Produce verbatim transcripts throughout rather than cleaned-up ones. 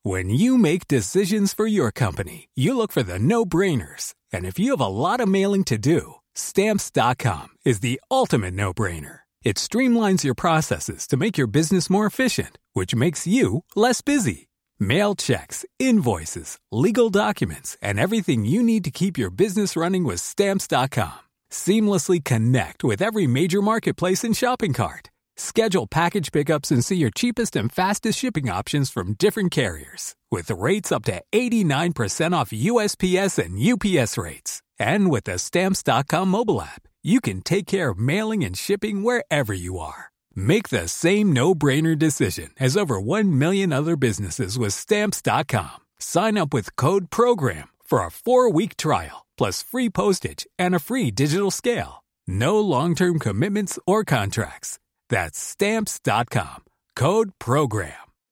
When you make decisions for your company, you look for the no-brainers. And if you have a lot of mailing to do, Stamps dot com is the ultimate no-brainer. It streamlines your processes to make your business more efficient, which makes you less busy. Mail checks, invoices, legal documents, and everything you need to keep your business running with Stamps dot com. Seamlessly connect with every major marketplace and shopping cart. Schedule package pickups and see your cheapest and fastest shipping options from different carriers. With rates up to eighty-nine percent off U S P S and U P S rates. And with the Stamps dot com mobile app, you can take care of mailing and shipping wherever you are. Make the same no-brainer decision as over one million other businesses with Stamps dot com. Sign up with code PROGRAM for a four-week trial, plus free postage and a free digital scale. No long-term commitments or contracts. That's Stamps dot com. Code PROGRAM.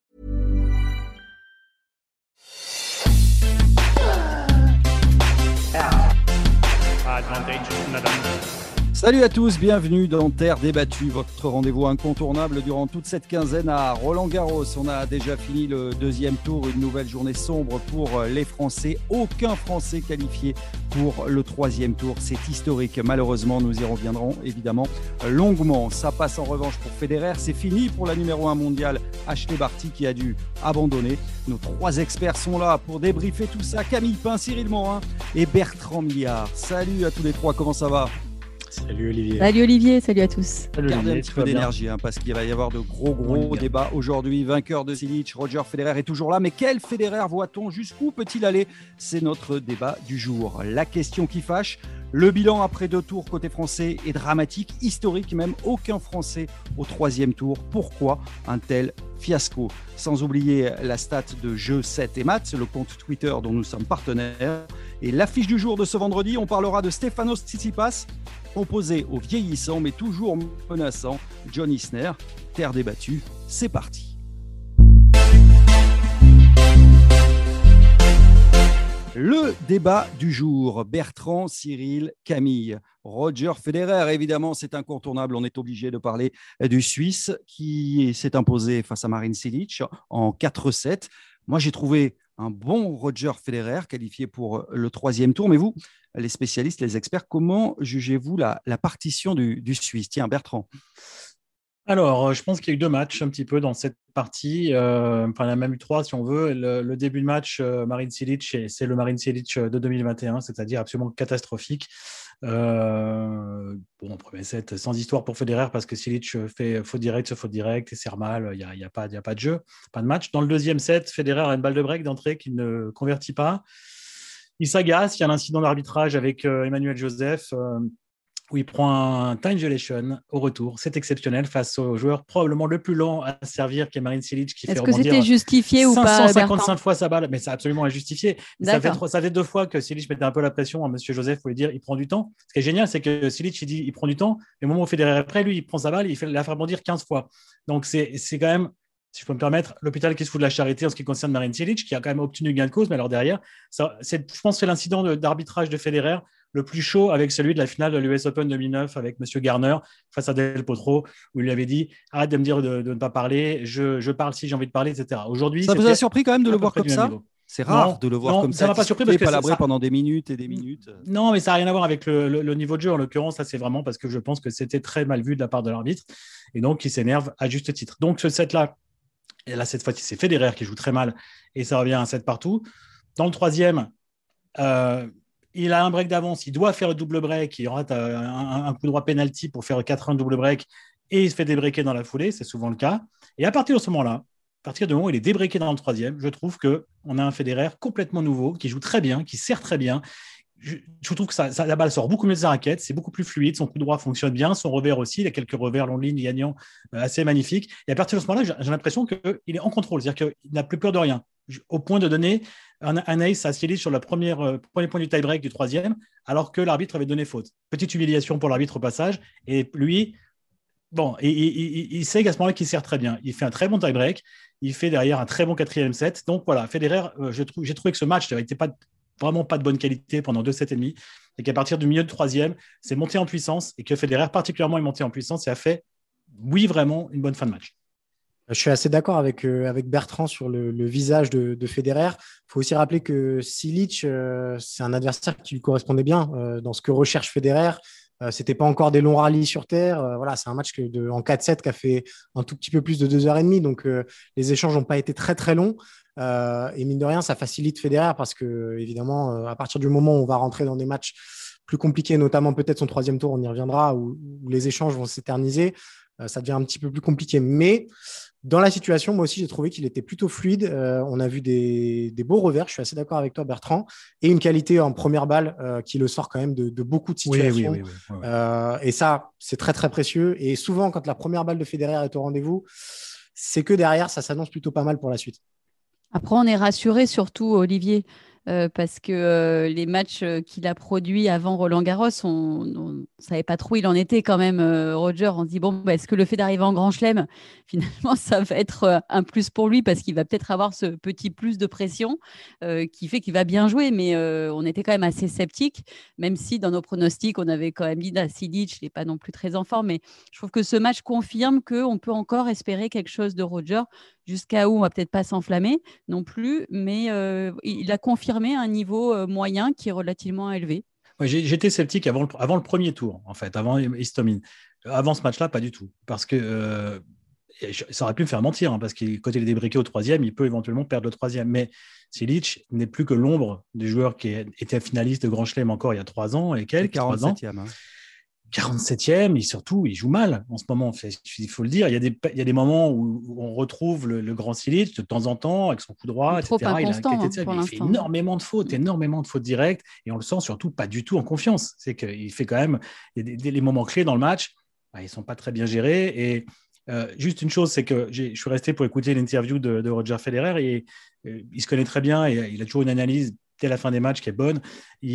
Salut à tous, bienvenue dans Terre débattue, votre rendez-vous incontournable durant toute cette quinzaine à Roland-Garros. On a déjà fini le deuxième tour, une nouvelle journée sombre pour les Français. Aucun Français qualifié pour le troisième tour, c'est historique. Malheureusement, nous y reviendrons évidemment longuement. Ça passe en revanche pour Federer, c'est fini pour la numéro un mondiale Ashley Barty qui a dû abandonner. Nos trois experts sont là pour débriefer tout ça. Camille Pain, Cyril Morin et Bertrand Milliard. Salut à tous les trois, comment ça va ? Salut Olivier. Salut Olivier, salut à tous. Salut Gardez Olivier, un petit peu d'énergie hein, parce qu'il va y avoir de gros gros débats aujourd'hui. Vainqueur de Cilic, Roger Federer est toujours là. Mais quel Federer voit-on ? Jusqu'où peut-il aller ? C'est notre débat du jour. La question qui fâche, le bilan après deux tours côté français est dramatique, historique même. Aucun Français au troisième tour. Pourquoi un tel fiasco ? Sans oublier la stat de Jeux sept et Maths, le compte Twitter dont nous sommes partenaires. Et l'affiche du jour de ce vendredi, on parlera de Stefanos Tsitsipas, opposé au vieillissant mais toujours menaçant John Isner. Terre débattue, c'est parti. Le débat du jour, Bertrand, Cyril, Camille. Roger Federer, évidemment, c'est incontournable. On est obligé de parler du Suisse qui s'est imposé face à Marin Cilic en quatre sept. Moi, j'ai trouvé un bon Roger Federer qualifié pour le troisième tour. Mais vous, les spécialistes, les experts, comment jugez-vous la, la partition du, du Suisse ? Tiens, Bertrand. Alors, je pense qu'il y a eu deux matchs un petit peu dans cette partie. Euh, enfin, il y en a même eu trois, si on veut. Le, le début de match, euh, Marin Cilic, c'est le Marin Cilic de deux mille vingt et un, c'est-à-dire absolument catastrophique. Euh, bon, premier set, sans histoire pour Federer parce que Cilic fait faute directe sur faute directe et sert mal. Il n'y a, y a, pas, y a pas de jeu, pas de match. Dans le deuxième set, Federer a une balle de break d'entrée qu'il ne convertit pas. Il s'agace. Il y a l'incident d'arbitrage avec euh, Emmanuel Joseph. Euh, où il prend un time violation au retour. C'est exceptionnel face au joueur probablement le plus lent à servir, qui est Marin Cilic, qui Est-ce fait que rebondir c'était justifié ou pas, cinq cent cinquante-cinq fois sa balle, mais c'est absolument injustifié. Ça fait, D'accord. ça fait deux fois que Cilic mettait un peu la pression à Monsieur Joseph pour lui dire il prend du temps. Ce qui est génial, c'est que Cilic il dit il prend du temps, et au moment où Federer est prêt, lui, il prend sa balle, il fait la faire rebondir quinze fois. Donc c'est, c'est quand même, si je peux me permettre, l'hôpital qui se fout de la charité en ce qui concerne Marin Cilic, qui a quand même obtenu gain de cause, mais alors derrière, ça, c'est, je pense que c'est l'incident de, d'arbitrage de Federer le plus chaud avec celui de la finale de l'U S Open deux mille neuf avec M. Garner face à Del Potro, où il lui avait dit « Arrête de me dire de, de ne pas parler, je, je parle si j'ai envie de parler, et cetera » Aujourd'hui, ça vous a surpris quand même de le voir comme ça ? C'est rare non, de le voir non, comme ça. Ça m'a pas surpris parce que palabré ça... pendant des minutes et des minutes. Non, mais ça n'a rien à voir avec le, le, le niveau de jeu. En l'occurrence, ça c'est vraiment parce que je pense que c'était très mal vu de la part de l'arbitre et donc il s'énerve à juste titre. Donc ce set-là, et là cette fois-ci c'est Federer qui joue très mal et ça revient à un set partout. Dans le troisième, euh, il a un break d'avance, il doit faire le double break, il rate un, un, un coup droit penalty pour faire quatre un double break et il se fait débreaker dans la foulée, c'est souvent le cas. Et à partir de ce moment-là, à partir du moment où il est débreaké dans le troisième, je trouve qu'on a un Federer complètement nouveau, qui joue très bien, qui sert très bien. Je, je trouve que ça, ça, la balle sort beaucoup mieux de sa raquette, c'est beaucoup plus fluide, son coup droit fonctionne bien, son revers aussi, il a quelques revers long de ligne gagnants euh, assez magnifiques. Et à partir de ce moment-là, j'ai, j'ai l'impression qu'il est en contrôle, c'est-à-dire qu'il n'a plus peur de rien, au point de donner un, un ace à Cilic sur le premier, euh, premier point du tie-break du troisième, alors que l'arbitre avait donné faute. Petite humiliation pour l'arbitre au passage, et lui, bon, il, il, il, il sait qu'à ce moment-là qu'il sert très bien. Il fait un très bon tie-break, il fait derrière un très bon quatrième set. Donc voilà, Federer, euh, je trouve, j'ai trouvé que ce match n'était pas vraiment pas de bonne qualité pendant deux sets et demi, et qu'à partir du milieu de troisième, c'est monté en puissance, et que Federer particulièrement est monté en puissance et a fait, oui, vraiment, une bonne fin de match. Je suis assez d'accord avec, euh, avec Bertrand sur le, le visage de, de Federer. Il faut aussi rappeler que Cilic, euh, c'est un adversaire qui lui correspondait bien euh, dans ce que recherche Federer. Euh, Ce n'était pas encore des longs rallyes sur terre. Euh, voilà, c'est un match que de, en quatre sept qui a fait un tout petit peu plus de deux heures trente. Donc, euh, les échanges n'ont pas été très, très longs. Euh, et mine de rien, ça facilite Federer parce que, évidemment, euh, à partir du moment où on va rentrer dans des matchs plus compliqués, notamment peut-être son troisième tour, on y reviendra, où, où les échanges vont s'éterniser, euh, ça devient un petit peu plus compliqué. Mais dans la situation, moi aussi, j'ai trouvé qu'il était plutôt fluide. Euh, on a vu des, des beaux revers, je suis assez d'accord avec toi, Bertrand, et une qualité en première balle euh, qui le sort quand même de, de beaucoup de situations. Oui, oui, oui, oui, oui. Euh, et ça, c'est très, très précieux. Et souvent, quand la première balle de Federer est au rendez-vous, c'est que derrière, ça s'annonce plutôt pas mal pour la suite. Après, on est rassuré surtout, Olivier, euh, parce que euh, les matchs euh, qu'il a produits avant Roland-Garros, on ne savait pas trop où il en était quand même, euh, Roger. On se dit, bon, bah, est-ce que le fait d'arriver en Grand Chelem, finalement, ça va être euh, un plus pour lui parce qu'il va peut-être avoir ce petit plus de pression euh, qui fait qu'il va bien jouer. Mais euh, on était quand même assez sceptiques, même si dans nos pronostics, on avait quand même dit, ah, Cilic n'est pas non plus très en forme. Mais je trouve que ce match confirme qu'on peut encore espérer quelque chose de Roger, jusqu'à où on va peut-être pas s'enflammer non plus, mais euh, il a confirmé un niveau euh, moyen qui est relativement élevé. Ouais, j'ai- j'étais sceptique avant le, avant le premier tour, en fait, avant Istomin. Avant ce match-là, pas du tout. Parce que euh, ça aurait pu me faire mentir, hein, parce que côté les débriqués au troisième, il peut éventuellement perdre le troisième. Mais Cilic n'est plus que l'ombre du joueur qui était finaliste de Grand Chelem encore il y a trois ans et quelques, trois ans. quarante-septième. Hein. quarante-septième, et surtout, il joue mal en ce moment. Il faut le dire. Il y a des, il y a des moments où on retrouve le, le grand Cilic de temps en temps avec son coup droit, Trop et cetera. Il, a inconstant, inquiété de ça. hein, pour Il fait l'instant. énormément de fautes, énormément de fautes directes, et on le sent surtout pas du tout en confiance. C'est qu'il fait quand même il y a des, des moments clés dans le match. Bah, ils sont pas très bien gérés. Et euh, juste une chose, c'est que j'ai, je suis resté pour écouter l'interview de, de Roger Federer, et euh, il se connaît très bien et il a toujours une analyse dès la fin des matchs qui est bonne. Il,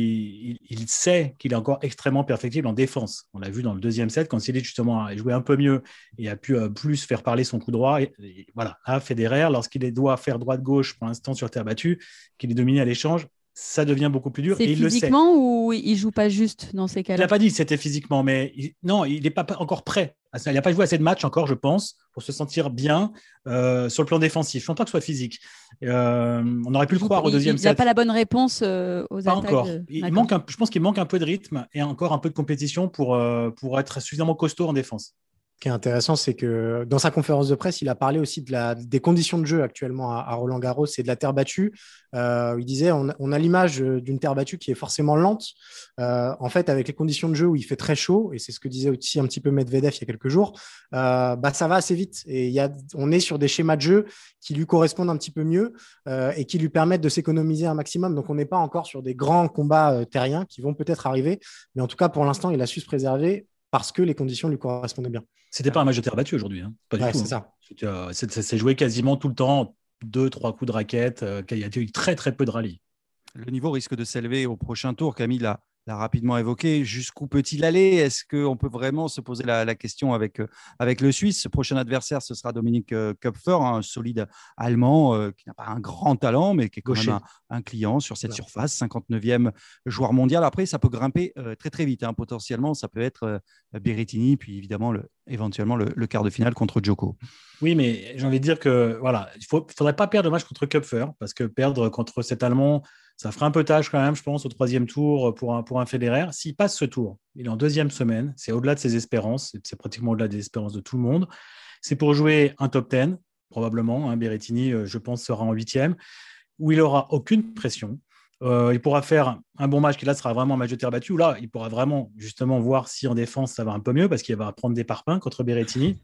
il, il sait qu'il est encore extrêmement perfectible en défense. On l'a vu dans le deuxième set, quand Cilic justement a joué un peu mieux et a pu euh, plus faire parler son coup droit. Et, et voilà, à Federer, lorsqu'il doit faire droite-gauche pour l'instant sur terre battue, qu'il est dominé à l'échange, ça devient beaucoup plus dur. C'est et il le sait. physiquement ou il joue pas juste dans ces Il cas-là? n'a pas dit que c'était physiquement, mais il, non, il n'est pas encore prêt. Il n'a pas joué assez de matchs encore, je pense, pour se sentir bien euh, sur le plan défensif. Je ne pense pas que ce soit physique. Euh, on aurait pu le croire au deuxième il, il set. Il n'a pas la bonne réponse euh, aux Pas attaques. encore. De... Il manque un, je pense qu'il manque un peu de rythme et encore un peu de compétition pour, euh, pour être suffisamment costaud en défense. Ce qui est intéressant, c'est que dans sa conférence de presse, il a parlé aussi de la, des conditions de jeu actuellement à, à Roland-Garros et de la terre battue. Euh, il disait on, on a l'image d'une terre battue qui est forcément lente. Euh, en fait, avec les conditions de jeu où il fait très chaud, et c'est ce que disait aussi un petit peu Medvedev il y a quelques jours, euh, bah, ça va assez vite. Et il y a, on est sur des schémas de jeu qui lui correspondent un petit peu mieux euh, et qui lui permettent de s'économiser un maximum. Donc, on n'est pas encore sur des grands combats euh, terriens qui vont peut-être arriver. Mais en tout cas, pour l'instant, il a su se préserver parce que les conditions lui correspondaient bien. C'était pas un match de terre battue aujourd'hui, hein. Pas du ouais, tout. C'est hein. ça. C'est, ça s'est joué quasiment tout le temps, deux, trois coups de raquette. Euh, il y a eu très, très peu de rallyes. Le niveau risque de s'élever au prochain tour. Camille l'a, l'a rapidement évoqué. Jusqu'où peut-il aller? Est-ce qu'on peut vraiment se poser la, la question avec, euh, avec le Suisse? Ce prochain adversaire, ce sera Dominic euh, Köpfer, un solide Allemand euh, qui n'a pas un grand talent, mais qui est quand Gaucher. même un, un client sur cette ouais. surface, cinquante-neuvième joueur mondial. Après, ça peut grimper euh, très, très vite. Hein. Potentiellement, ça peut être euh, Berrettini, puis évidemment, le, éventuellement, le, le quart de finale contre Djoko. Oui, mais j'ai envie de dire que voilà, il ne faudrait pas perdre le match contre Köpfer, parce que perdre contre cet Allemand, ça ferait un peu tâche quand même, je pense, au troisième tour pour un, pour un Federer. S'il passe ce tour, il est en deuxième semaine, c'est au-delà de ses espérances, c'est pratiquement au-delà des espérances de tout le monde. C'est pour jouer un top dix, probablement. Hein, Berrettini, je pense, sera en huitième, où il n'aura aucune pression. Euh, il pourra faire un bon match qui là sera vraiment un match de terre battue, où là, il pourra vraiment justement voir si en défense ça va un peu mieux, parce qu'il va prendre des parpaings contre Berrettini.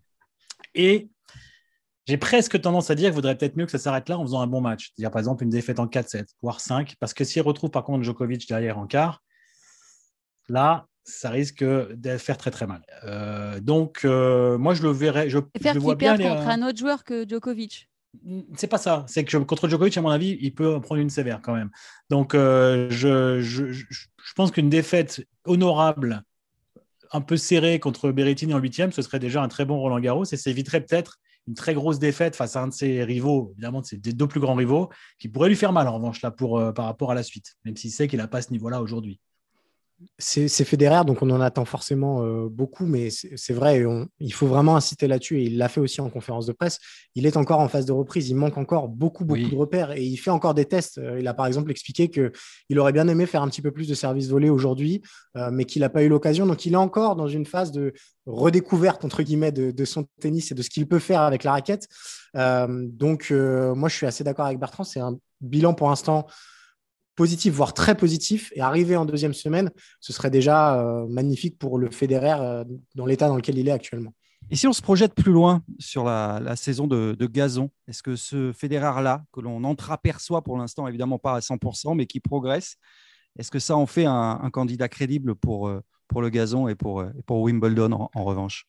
Et j'ai presque tendance à dire qu'il vaudrait peut-être mieux que ça s'arrête là en faisant un bon match. C'est-à-dire, par exemple, une défaite en quatre sept, voire cinq, parce que s'il retrouve par contre Djokovic derrière en quart, là, ça risque de faire très très mal. Euh, donc, euh, moi, je le verrais. Je, Et faire je qu'il vois bien perde les, contre un autre joueur que Djokovic. C'est pas ça. C'est que je, contre Djokovic, à mon avis, il peut en prendre une sévère quand même. Donc, euh, je, je, je, je pense qu'une défaite honorable, un peu serrée contre Berrettini en huitième, ce serait déjà un très bon Roland Garros et ça éviterait peut-être une très grosse défaite face à un de ses rivaux, évidemment de ses deux plus grands rivaux, qui pourrait lui faire mal en revanche là pour, euh, par rapport à la suite, même s'il sait qu'il n'a pas ce niveau-là aujourd'hui. C'est, c'est Federer, donc on en attend forcément euh, beaucoup, mais c'est, c'est vrai, on, il faut vraiment insister là-dessus, et il l'a fait aussi en conférence de presse. Il est encore en phase de reprise, il manque encore beaucoup, beaucoup Oui. de repères, et il fait encore des tests. Il a par exemple expliqué qu'il aurait bien aimé faire un petit peu plus de service volé aujourd'hui, euh, mais qu'il n'a pas eu l'occasion. Donc il est encore dans une phase de redécouverte, entre guillemets, de, de son tennis et de ce qu'il peut faire avec la raquette. Euh, donc euh, moi, je suis assez d'accord avec Bertrand, c'est un bilan pour l'instant positif, voire très positif, et arriver en deuxième semaine, ce serait déjà euh, magnifique pour le Federer euh, dans l'état dans lequel il est actuellement. Et si on se projette plus loin sur la, la saison de, de gazon, est-ce que ce Federer-là, que l'on entreaperçoit pour l'instant, évidemment pas à cent pour cent, mais qui progresse, est-ce que ça en fait un, un candidat crédible pour, pour le gazon et pour, pour Wimbledon en, en revanche?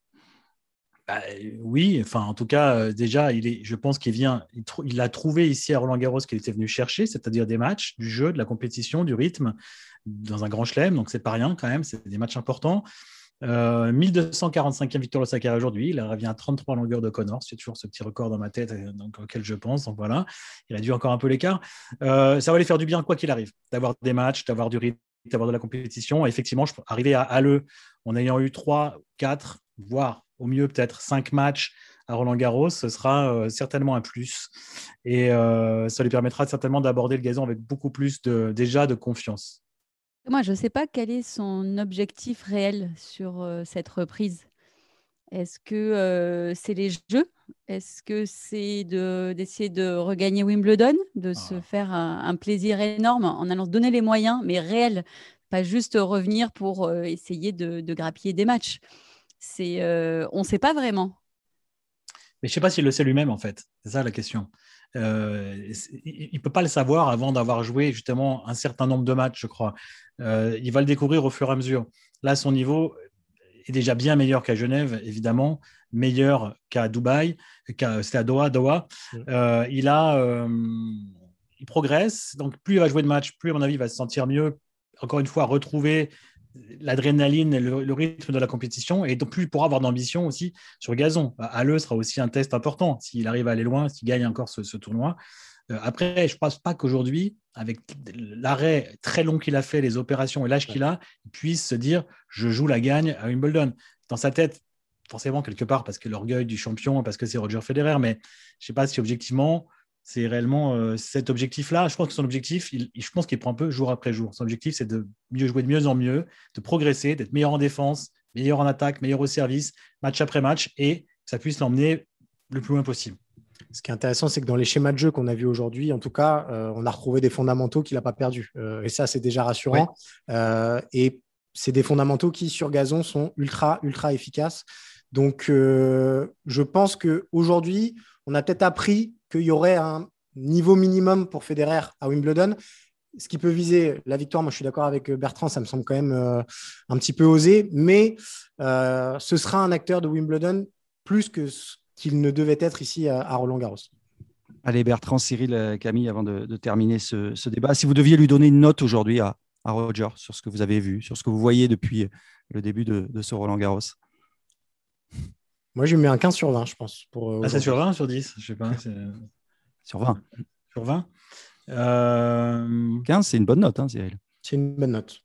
Bah, oui, enfin en tout cas euh, déjà il est, je pense qu'il vient, il, tr- il a trouvé ici à Roland-Garros ce qu'il était venu chercher, c'est-à-dire des matchs, du jeu, de la compétition, du rythme dans un grand chelem, donc c'est pas rien quand même, c'est des matchs importants. Euh, mille deux cent quarante-cinquième victoire de sa carrière aujourd'hui, il revient à trente-trois longueurs de Connors, c'est toujours ce petit record dans ma tête donc, auquel je pense, donc voilà, il a dû encore un peu l'écart. Euh, ça va lui faire du bien quoi qu'il arrive, d'avoir des matchs, d'avoir du rythme, d'avoir de la compétition. Et effectivement, je peux arriver à Halle en ayant eu trois, quatre, voire au mieux peut-être cinq matchs à Roland-Garros, ce sera euh, certainement un plus. Et euh, ça lui permettra certainement d'aborder le gazon avec beaucoup plus de, déjà de confiance. Moi, je ne sais pas quel est son objectif réel sur euh, cette reprise. Est-ce que euh, c'est les jeux? Est-ce que c'est de, d'essayer de regagner Wimbledon, de ah. se faire un, un plaisir énorme en allant se donner les moyens, mais réels, pas juste revenir pour euh, essayer de, de grappiller des matchs? C'est, euh, on ne sait pas vraiment. Mais je ne sais pas s'il le sait lui-même, en fait. C'est ça la question. Euh, il ne peut pas le savoir avant d'avoir joué justement un certain nombre de matchs, je crois. Euh, il va le découvrir au fur et à mesure. Là, son niveau est déjà bien meilleur qu'à Genève, évidemment, meilleur qu'à Dubaï, qu'à, c'était à Doha. Doha. Euh, il, a, euh, il progresse. Donc, plus il va jouer de matchs, plus, à mon avis, il va se sentir mieux. Encore une fois, retrouver l'adrénaline et le, le rythme de la compétition, et donc plus il pourra avoir d'ambition aussi sur gazon. Halle sera aussi un test important s'il arrive à aller loin, s'il gagne encore ce, ce tournoi. Euh, après, je ne pense pas qu'aujourd'hui, avec l'arrêt très long qu'il a fait, les opérations et l'âge qu'il a, il puisse se dire je joue la gagne à Wimbledon. Dans sa tête, forcément quelque part, parce que l'orgueil du champion, parce que c'est Roger Federer, mais je ne sais pas si objectivement c'est réellement euh, cet objectif-là. Je pense que son objectif, il, je pense qu'il prend un peu jour après jour. Son objectif, c'est de mieux jouer de mieux en mieux, de progresser, d'être meilleur en défense, meilleur en attaque, meilleur au service, match après match, et que ça puisse l'emmener le plus loin possible. Ce qui est intéressant, c'est que dans les schémas de jeu qu'on a vus aujourd'hui, en tout cas, euh, on a retrouvé des fondamentaux qu'il n'a pas perdus. Euh, et ça, c'est déjà rassurant. Ouais. Euh, et c'est des fondamentaux qui, sur gazon, sont ultra, ultra efficaces. Donc, euh, je pense qu'aujourd'hui, on a peut-être appris qu'il y aurait un niveau minimum pour Federer à Wimbledon. Ce qui peut viser la victoire, moi je suis d'accord avec Bertrand, ça me semble quand même euh, un petit peu osé, mais euh, ce sera un acteur de Wimbledon plus que ce qu'il ne devait être ici à, à Roland-Garros. Allez Bertrand, Cyril, Camille, avant de, de terminer ce, ce débat, si vous deviez lui donner une note aujourd'hui à, à Roger sur ce que vous avez vu, sur ce que vous voyez depuis le début de, de ce Roland-Garros. Moi, je lui mets un quinze sur vingt, je pense. Pour, ah, c'est sur vingt, sur dix? Je sais pas. C'est... Sur vingt. Sur vingt euh... quinze, c'est une bonne note, hein, Cyril. C'est une bonne note.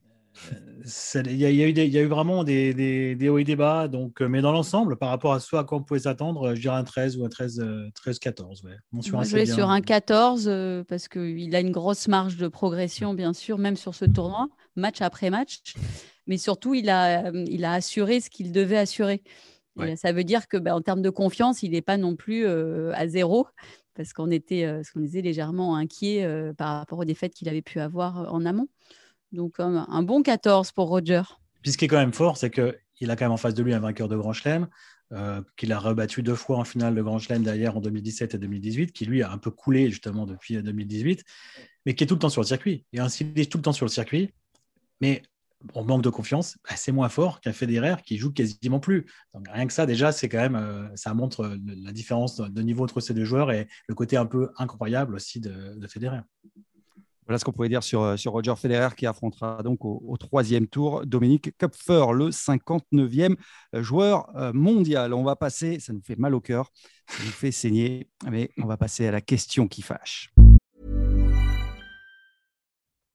Il y, y, y a eu vraiment des, des, des hauts et des bas, donc, mais dans l'ensemble, par rapport à ce à quoi on pouvait s'attendre, je dirais un treize ou un treize quatorze. Ouais. Moi, je vais bien. Sur un quatorze euh, parce qu'il a une grosse marge de progression, bien sûr, même sur ce tournoi, match après match. Mais surtout, il a, il a assuré ce qu'il devait assurer. Ouais. Et ça veut dire que, bah, en termes de confiance, il n'est pas non plus euh, à zéro, parce qu'on était, euh, parce qu'on était légèrement inquiet euh, par rapport aux défaites qu'il avait pu avoir en amont. Donc, un, un bon quatorze pour Roger. Puis ce qui est quand même fort, c'est qu'il a quand même en face de lui un vainqueur de Grand Chelem, euh, qu'il a rebattu deux fois en finale de Grand Chelem d'ailleurs en deux mille dix-sept et deux mille dix-huit, qui lui a un peu coulé justement depuis deux mille dix-huit, mais qui est tout le temps sur le circuit. Et ainsi, il est tout le temps sur le circuit, mais on manque de confiance, bah, c'est moins fort qu'un Federer qui joue quasiment plus. Donc rien que ça, déjà, c'est quand même, euh, ça montre la différence de niveau entre ces deux joueurs et le côté un peu incroyable aussi de, de Federer. Voilà ce qu'on pouvait dire sur, sur Roger Federer qui affrontera donc au, au troisième tour Dominic Köpfer, le cinquante-neuvième joueur mondial. On va passer, ça nous fait mal au cœur, ça nous fait saigner, mais on va passer à la question qui fâche.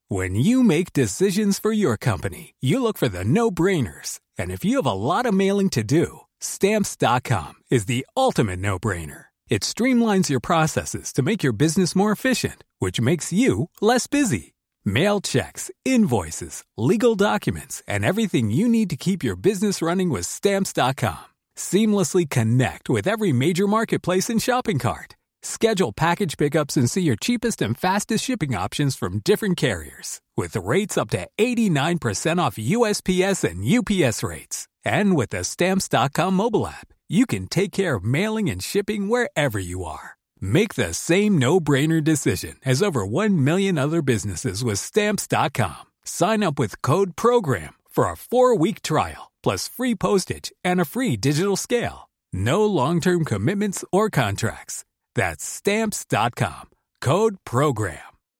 When you make decisions for your company, you look for the no-brainers. And if you have a lot of mailing to do, Stamps dot com is the ultimate no-brainer. It streamlines your processes to make your business more efficient, which makes you less busy. Mail checks, invoices, legal documents, and everything you need to keep your business running with Stamps dot com. Seamlessly connect with every major marketplace and shopping cart. Schedule package pickups and see your cheapest and fastest shipping options from different carriers. With rates up to eighty-nine percent off U S P S and U P S rates. And with the Stamps dot com mobile app, you can take care of mailing and shipping wherever you are. Make the same no-brainer decision as over one million other businesses with Stamps dot com. Sign up with code PROGRAM for a four-week trial, plus free postage and a free digital scale. No long-term commitments or contracts. That's Stamps dot com. Code PROGRAM.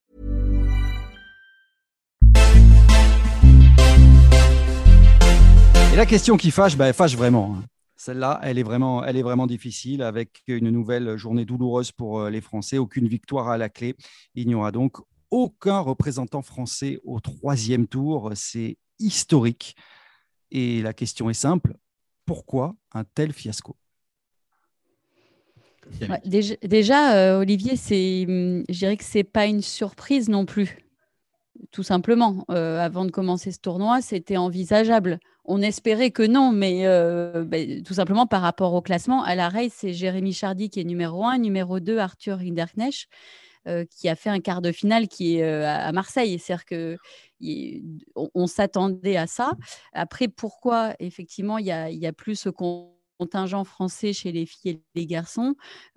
Et la question qui fâche, bah, elle fâche vraiment. Celle-là, elle est vraiment, elle est vraiment difficile, avec une nouvelle journée douloureuse pour les Français. Aucune victoire à la clé. Il n'y aura donc aucun représentant français au troisième tour. C'est historique. Et la question est simple. Pourquoi un tel fiasco ? Ouais, déjà, déjà euh, Olivier, c'est, je dirais que ce n'est pas une surprise non plus. Tout simplement. Euh, avant de commencer ce tournoi, c'était envisageable. On espérait que non, mais euh, bah, tout simplement par rapport au classement. À la race, c'est Jérémy Chardy qui est numéro un, numéro deux, Arthur Hinderknecht, euh, qui a fait un quart de finale qui est euh, à Marseille. C'est-à-dire que il, on, on s'attendait à ça. Après, pourquoi effectivement il y a, y a plus ce qu'on contingent français chez les filles et les garçons,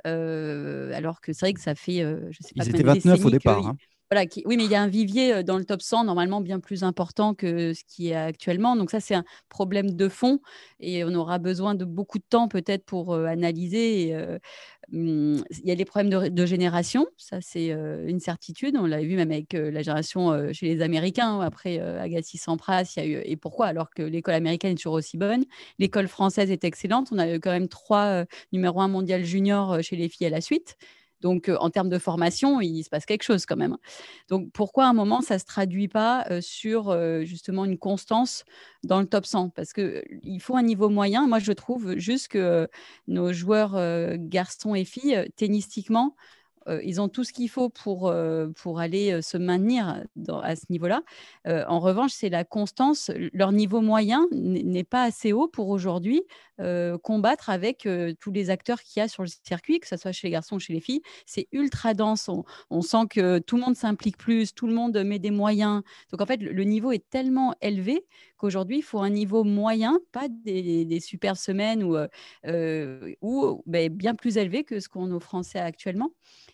euh, alors que c'est vrai que ça fait, euh, je sais pas, ils étaient vingt-neuf au départ. Hein. Voilà, qui, oui, mais il y a un vivier dans le top cent normalement bien plus important que ce qui est actuellement. Donc ça, c'est un problème de fond et on aura besoin de beaucoup de temps peut-être pour euh, analyser. Et, euh, hum, il y a les problèmes de, de génération, ça c'est euh, une certitude. On l'a vu même avec euh, la génération euh, chez les Américains. Après euh, Agassi, Sampras, il y a eu et pourquoi alors que l'école américaine est toujours aussi bonne, l'école française est excellente. On a eu quand même trois euh, numéro un mondial junior chez les filles à la suite. Donc, euh, en termes de formation, il se passe quelque chose quand même. Donc, pourquoi à un moment, ça ne se traduit pas euh, sur euh, justement une constance dans le top cent ? Parce qu'il euh, faut un niveau moyen. Moi, je trouve juste que euh, nos joueurs euh, garçons et filles, tennistiquement, Euh, ils ont tout ce qu'il faut pour, euh, pour aller euh, se maintenir dans, à ce niveau-là. Euh, en revanche, c'est la constance. Leur niveau moyen n'est pas assez haut pour aujourd'hui euh, combattre avec euh, tous les acteurs qu'il y a sur le circuit, que ce soit chez les garçons ou chez les filles. C'est ultra dense. On, on sent que tout le monde s'implique plus, tout le monde met des moyens. Donc, en fait, le, le niveau est tellement élevé qu'aujourd'hui, il faut un niveau moyen, pas des, des super semaines ou, euh, ou ben, bien plus élevé que ce qu'on a aux Français actuellement.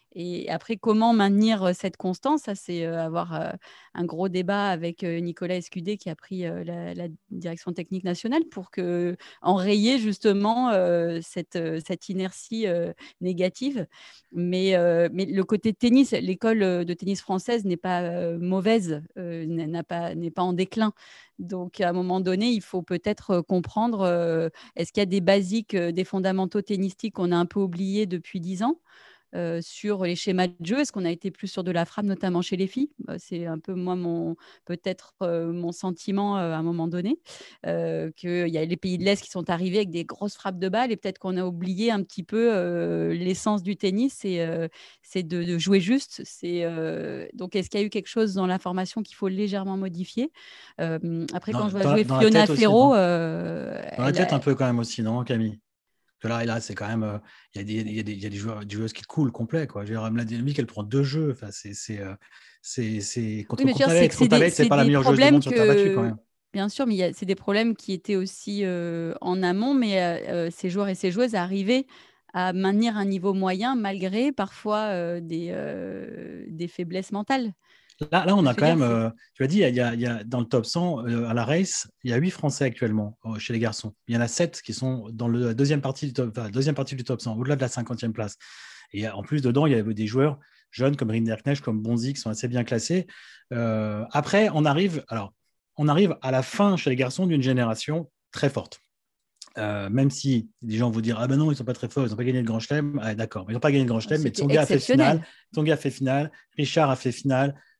Et après, comment maintenir cette constance ? Ça, c'est euh, avoir euh, un gros débat avec euh, Nicolas Escudé qui a pris euh, la, la direction technique nationale pour que, enrayer justement euh, cette, euh, cette inertie euh, négative. Mais, euh, mais le côté tennis, l'école de tennis française n'est pas euh, mauvaise, euh, n'a pas, n'est pas en déclin. Donc, à un moment donné, il faut peut-être comprendre euh, est-ce qu'il y a des basiques, euh, des fondamentaux tennistiques qu'on a un peu oubliés depuis dix ans ? Euh, sur les schémas de jeu, est-ce qu'on a été plus sur de la frappe, notamment chez les filles ? euh, C'est un peu moi mon peut-être euh, mon sentiment euh, à un moment donné, euh, qu'il y a les pays de l'Est qui sont arrivés avec des grosses frappes de balles et peut-être qu'on a oublié un petit peu euh, l'essence du tennis, c'est, euh, c'est de, de jouer juste. C'est, euh, donc est-ce qu'il y a eu quelque chose dans la formation qu'il faut légèrement modifier ? euh, Après, dans, quand je vois jouer Fiona Ferro... Euh, dans la tête a... un peu quand même aussi, non Camille ? Que là, là, c'est quand même, il euh, y, y, y, y a des joueurs, des joueuses qui coulent complet, quoi. Je veux dire, Mladenovic, elle prend deux jeux. Enfin, c'est, c'est, euh, c'est, c'est contre oui, Contaveit, c'est, c'est, c'est pas la meilleure joueuse du monde que... sur terre battue, quand même. Bien sûr, mais y a, c'est des problèmes qui étaient aussi euh, en amont, mais euh, ces joueurs et ces joueuses arrivaient à maintenir un niveau moyen malgré parfois euh, des, euh, des faiblesses mentales. Là, là, on a quand même, euh, tu as dit, il y a, il y a, dans le top cent, euh, à la race, il y a huit Français actuellement euh, chez les garçons. Il y en a sept qui sont dans le, la deuxième partie du top, enfin, deuxième partie du top cent, au-delà de la cinquantième place. Et en plus, dedans, il y avait des joueurs jeunes comme Rinderknecht, comme Bonzi, qui sont assez bien classés. Euh, après, on arrive, alors, on arrive à la fin chez les garçons d'une génération très forte. Euh, même si des gens vont dire ah ben non, ils sont pas très forts, ils n'ont pas gagné le Grand Chelem. Ah, d'accord, ils n'ont pas gagné le Grand Chelem, mais Tsonga a fait finale, Tsonga a fait finale, Richard a fait finale.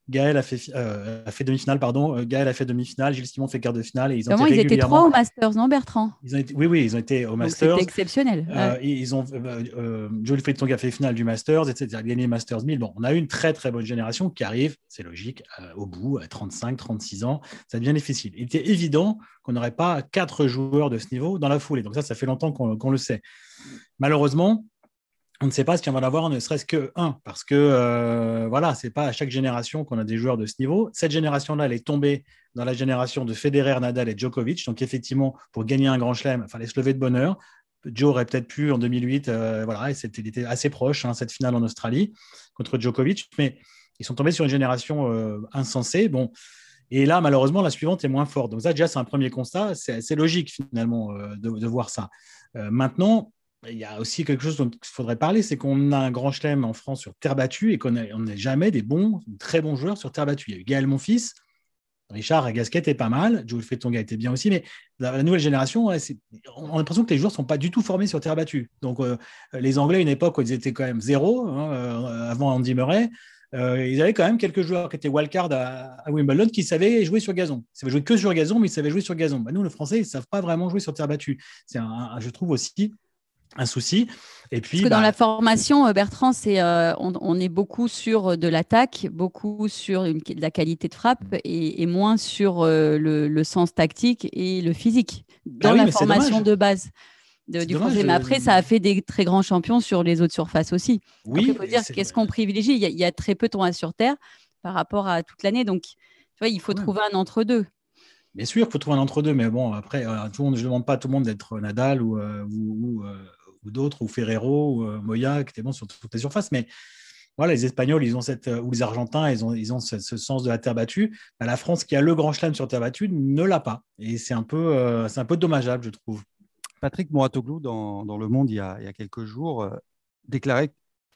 Gaël a fait, euh, a fait demi-finale, pardon. Gaël a fait demi-finale, Gilles Simon fait quart de finale. Et ils ont Comment été ils étaient régulièrement... trois au Masters, non, Bertrand? Ils ont été... Oui, oui, ils ont été au Donc, Masters. c'était exceptionnel. Euh, ouais. ils ont, euh, euh, Joe Friedtong a fait finale du Masters, et cetera. Gagné Masters mille. Bon, on a eu une très, très bonne génération qui arrive, c'est logique, euh, au bout, à trente-cinq, trente-six ans. Ça devient difficile. Il était évident qu'on n'aurait pas quatre joueurs de ce niveau dans la foulée. Donc ça, ça fait longtemps qu'on, qu'on le sait. Malheureusement, on ne sait pas si on va en avoir ne serait-ce que un, parce que euh, voilà, c'est pas à chaque génération qu'on a des joueurs de ce niveau. Cette génération-là, elle est tombée dans la génération de Federer, Nadal et Djokovic. Donc effectivement, pour gagner un grand chelem, il fallait se lever de bonne heure. Joe aurait peut-être pu en deux mille huit, euh, voilà, et c'était, il était assez proche, hein, cette finale en Australie contre Djokovic, mais ils sont tombés sur une génération euh, insensée. Bon, et là, malheureusement, la suivante est moins forte. Donc ça, déjà, c'est un premier constat. C'est assez logique finalement euh, de, de voir ça. Euh, maintenant. Il y a aussi quelque chose dont il faudrait parler, c'est qu'on a un grand chelem en France sur terre battue et qu'on n'a jamais des bons, très bons joueurs sur terre battue. Il y a eu Gaël Monfils, Richard Agasquet est pas mal, Joe Friedong a été bien aussi, mais la, la nouvelle génération, ouais, c'est, on a l'impression que les joueurs ne sont pas du tout formés sur terre battue. Donc euh, les Anglais, à une époque où ils étaient quand même zéro, hein, euh, avant Andy Murray, euh, ils avaient quand même quelques joueurs qui étaient wildcard à, à Wimbledon qui savaient jouer sur gazon. Ils savaient jouer que sur gazon, mais ils savaient jouer sur gazon. Bah, nous, les Français, ils ne savent pas vraiment jouer sur terre battue. C'est un, un, je trouve aussi un souci. Et puis, Parce que bah, dans la formation, Bertrand, c'est, euh, on, on est beaucoup sur de l'attaque, beaucoup sur une, de la qualité de frappe et, et moins sur euh, le, le sens tactique et le physique dans ah oui, la formation de base de, du dommage, français. Mais après, ça a fait des très grands champions sur les autres surfaces aussi. Oui, il faut dire qu'est-ce qu'on privilégie. Il y, a, il y a très peu de tournois sur terre par rapport à toute l'année. Donc, tu vois, il faut ouais. trouver un entre-deux. Bien sûr qu'il faut trouver un entre-deux, mais bon, après, euh, tout le monde, je ne demande pas à tout le monde d'être Nadal ou, euh, ou, ou, euh, ou d'autres, ou Ferrero, ou euh, Moya, qui étaient bons sur toutes les surfaces. Mais voilà, les Espagnols, ils ont cette, ou les Argentins, ils ont, ils ont ce, ce sens de la terre battue. Ben, la France, qui a le grand chelem sur terre battue, ne l'a pas. Et c'est un peu, euh, c'est un peu dommageable, je trouve. Patrick Mouratoglou, dans, dans Le Monde, il y a, il y a quelques jours, euh, déclarait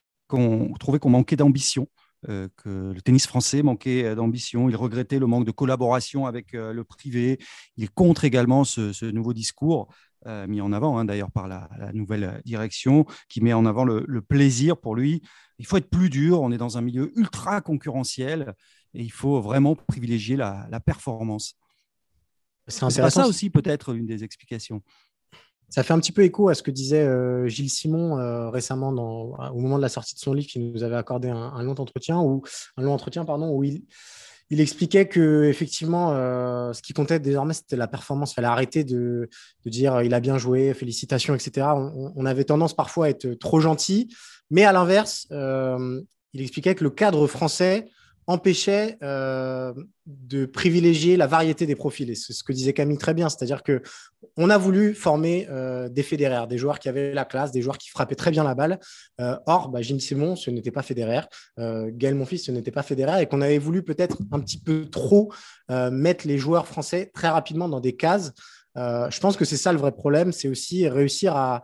qu'on trouvait qu'on manquait d'ambition. Euh, que le tennis français manquait d'ambition, il regrettait le manque de collaboration avec euh, le privé, il contre également ce, ce nouveau discours euh, mis en avant hein, d'ailleurs par la, la nouvelle direction qui met en avant le, le plaisir pour lui. Il faut être plus dur, on est dans un milieu ultra concurrentiel et il faut vraiment privilégier la, la performance. C'est, c'est pas ça aussi peut-être une des explications. Ça fait un petit peu écho à ce que disait euh, Gilles Simon euh, récemment dans, au moment de la sortie de son livre, qui nous avait accordé un, un long entretien, où, un long entretien pardon, où il, il expliquait que effectivement, euh, ce qui comptait désormais, c'était la performance. Il fallait arrêter de, de dire il a bien joué, félicitations, et cetera. On, on avait tendance parfois à être trop gentil, mais à l'inverse, euh, il expliquait que le cadre français empêchait euh, de privilégier la variété des profils. Et c'est ce que disait Camille très bien, c'est-à-dire qu'on a voulu former euh, des Federer, des joueurs qui avaient la classe, des joueurs qui frappaient très bien la balle. Euh, or, bah, Gilles Simon, ce n'était pas Federer. Euh, Gaël Monfils, ce n'était pas Federer. Et qu'on avait voulu peut-être un petit peu trop euh, mettre les joueurs français très rapidement dans des cases. Euh, je pense que c'est ça le vrai problème, c'est aussi réussir à,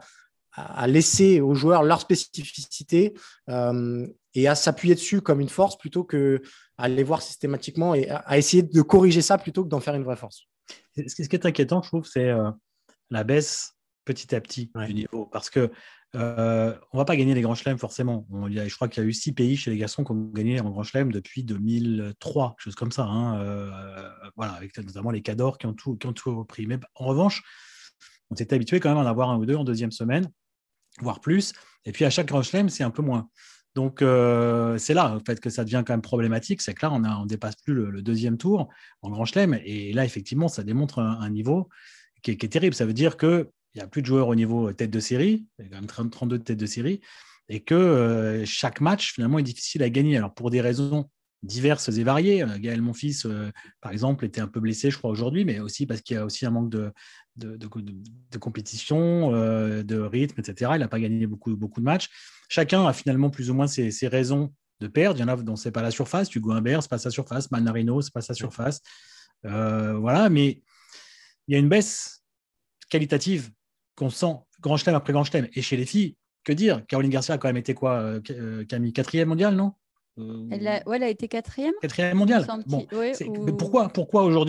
à laisser aux joueurs leur spécificité euh, et à s'appuyer dessus comme une force plutôt qu'à les voir systématiquement et à essayer de corriger ça plutôt que d'en faire une vraie force. Ce qui est inquiétant, je trouve, c'est euh, la baisse petit à petit ouais. du niveau. Parce qu'on euh, ne va pas gagner les grands chelems forcément. On, il y a, je crois qu'il y a eu six pays chez les garçons qui ont gagné en grand chelem depuis deux mille trois, chose comme ça. Hein, euh, voilà, avec notamment les Cadors qui ont tout, qui ont tout repris. Mais en revanche, on s'était habitué quand même à en avoir un ou deux en deuxième semaine, voire plus. Et puis à chaque grand chelem, c'est un peu moins. Donc, euh, c'est là en fait, que ça devient quand même problématique. C'est que là, on ne dépasse plus le, le deuxième tour en grand chelem. Et là, effectivement, ça démontre un, un niveau qui est, qui est terrible. Ça veut dire qu'il n'y a plus de joueurs au niveau tête de série. Il y a quand même trente-deux têtes de série. Et que euh, chaque match, finalement, est difficile à gagner. Alors, pour des raisons diverses et variées. Euh, Gaël Monfils, euh, par exemple, était un peu blessé, je crois, aujourd'hui, mais aussi parce qu'il y a aussi un manque de, de, de, de, de compétition, euh, de rythme, et cetera. Il n'a pas gagné beaucoup, beaucoup de matchs. Chacun a finalement plus ou moins ses, ses raisons de perdre. Il y en a dont ce n'est pas la surface. Hugo Humbert, ce n'est pas sa surface. Manarino, ce n'est pas sa surface. Euh, voilà, mais il y a une baisse qualitative qu'on sent grand chelem après grand chelem. Et chez les filles, que dire ? Caroline Garcia a quand même été quoi, euh, Camille ? Quatrième mondiale, non ? Elle a, ouais, elle a été quatrième. Quatrième mondiale. Bon, ouais, c'est, ou... mais pourquoi, pourquoi aujourd'hui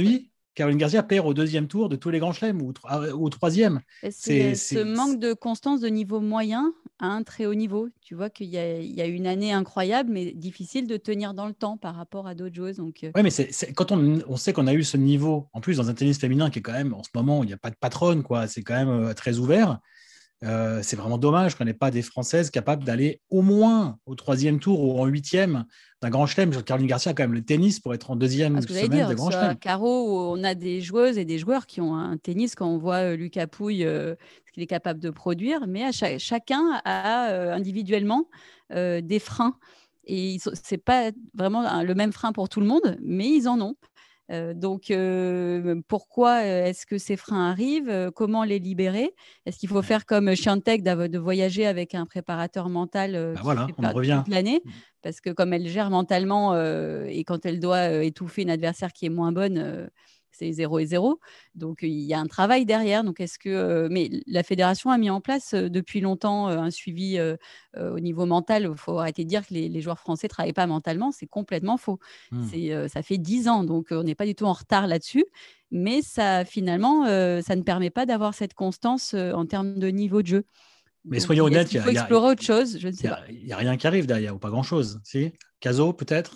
Caroline Garcia perd au deuxième tour de tous les grands chelems ou au troisième. C'est, c'est ce c'est... manque de constance de niveau moyen à un très haut niveau. Tu vois qu'il y a, il y a une année incroyable, mais difficile de tenir dans le temps par rapport à d'autres joueuses. Donc... Oui, mais c'est, c'est, quand on, on sait qu'on a eu ce niveau, en plus dans un tennis féminin qui est quand même, en ce moment, il n'y a pas de patronne, quoi. C'est quand même euh, très ouvert. Euh, c'est vraiment dommage qu'on n'ait pas des Françaises capables d'aller au moins au troisième tour ou en huitième d'un grand chelem. Caroline Garcia a quand même le tennis pour être en deuxième ah, semaine dire, de grand chelem. Caro, on a des joueuses et des joueurs qui ont un tennis quand on voit euh, Lucas Pouille, euh, ce qu'il est capable de produire, mais à chaque, chacun a euh, individuellement euh, des freins. Et ce n'est pas vraiment le même frein pour tout le monde, mais ils en ont. Euh, donc, euh, pourquoi est-ce que ces freins arrivent euh, Comment les libérer Est-ce qu'il faut faire comme Swiatek, de voyager avec un préparateur mental euh, bah voilà, on en revient. toute l'année? Parce que comme elle gère mentalement euh, et quand elle doit euh, étouffer une adversaire qui est moins bonne, euh, c'est zéro et zéro. Donc, il y a un travail derrière. Donc, est-ce que, euh, mais la fédération a mis en place euh, depuis longtemps euh, un suivi euh, euh, au niveau mental. Il faut arrêter de dire que les, les joueurs français ne travaillent pas mentalement. C'est complètement faux. Mmh. C'est, euh, ça fait dix ans. Donc, euh, on n'est pas du tout en retard là-dessus. Mais ça, finalement, euh, ça ne permet pas d'avoir cette constance euh, en termes de niveau de jeu. Mais donc, soyons honnêtes, il faut y a, explorer y a, autre chose. Je ne sais y a, pas. Il n'y a rien qui arrive derrière, ou pas grand-chose. Si Caso, peut-être.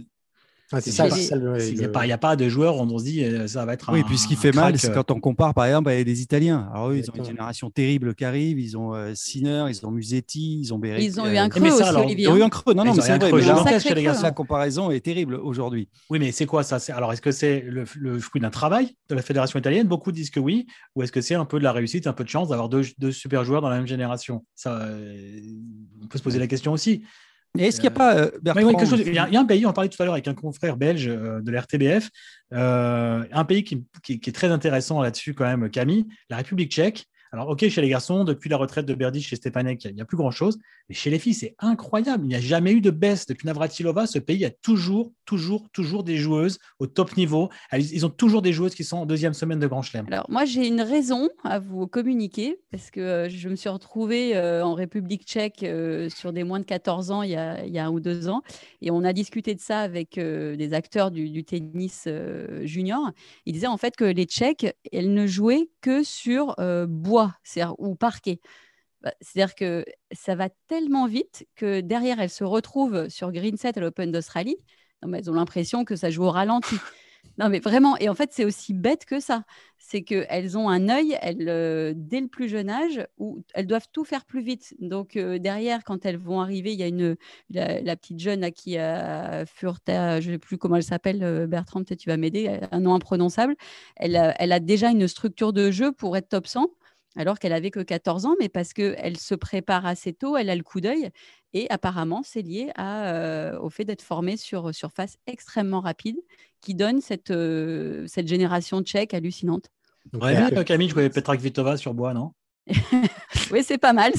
Ah, c'est, c'est ça, c'est ça le... Il n'y a, a pas de joueurs où on se dit ça va être oui, un. Oui, puis ce qui fait mal, c'est quand on compare par exemple avec les Italiens. Alors eux, ils ont une Exactement. génération terrible qui arrive. Ils ont euh, Sinner, ils ont Musetti, ils ont Berrettini. Ils ont eu un creux aussi, ça, alors, Olivier. Ils ont eu un creux. Non, non, mais c'est vrai. Gigantesque, les gars. La comparaison est terrible aujourd'hui. Oui, mais c'est quoi ça c'est... Alors, est-ce que c'est le, le fruit d'un travail de la fédération italienne? Beaucoup disent que oui. Ou est-ce que c'est un peu de la réussite, un peu de chance d'avoir deux, deux super joueurs dans la même génération? Ça, euh, on peut se poser la question aussi. Et est-ce qu'il n'y a pas, euh, Bertrand, oui, quelque chose, il, y a, il y a un pays, on parlait tout à l'heure avec un confrère belge euh, de l'R T B F, euh, un pays qui, qui, qui est très intéressant là-dessus quand même, Camille, la République tchèque. Alors, OK, chez les garçons, depuis la retraite de Berdych chez Stepanek, il n'y a, a plus grand-chose. Mais chez les filles, c'est incroyable. Il n'y a jamais eu de baisse. Depuis Navratilova, ce pays a toujours, toujours, toujours des joueuses au top niveau. Ils ont toujours des joueuses qui sont en deuxième semaine de Grand Chelem. Alors, moi, j'ai une raison à vous communiquer parce que euh, je me suis retrouvée euh, en République tchèque euh, sur des moins de quatorze ans il y, a, il y a un ou deux ans. Et on a discuté de ça avec euh, des acteurs du, du tennis euh, junior. Ils disaient en fait que les Tchèques, elles ne jouaient que sur euh, bois. C'est-à-dire, ou parquet. C'est-à-dire que ça va tellement vite que derrière, elles se retrouvent sur green set à l'Open d'Australie. Non, mais elles ont l'impression que ça joue au ralenti. Non, mais vraiment. Et en fait, c'est aussi bête que ça. C'est qu'elles ont un œil, elles, euh, dès le plus jeune âge, où elles doivent tout faire plus vite. Donc, euh, derrière, quand elles vont arriver, il y a une, la, la petite jeune à qui a Furta, je ne sais plus comment elle s'appelle, Bertrand, peut-être tu vas m'aider, un nom imprononçable. Elle a, elle a déjà une structure de jeu pour être top cent. Alors qu'elle n'avait que quatorze ans, mais parce qu'elle se prépare assez tôt, elle a le coup d'œil. Et apparemment, c'est lié à, euh, au fait d'être formée sur surface extrêmement rapide, qui donne cette, euh, cette génération tchèque hallucinante. Donc, ouais, bien, Camille, je voyais Petra Kvitova sur bois, non? Oui, c'est pas mal.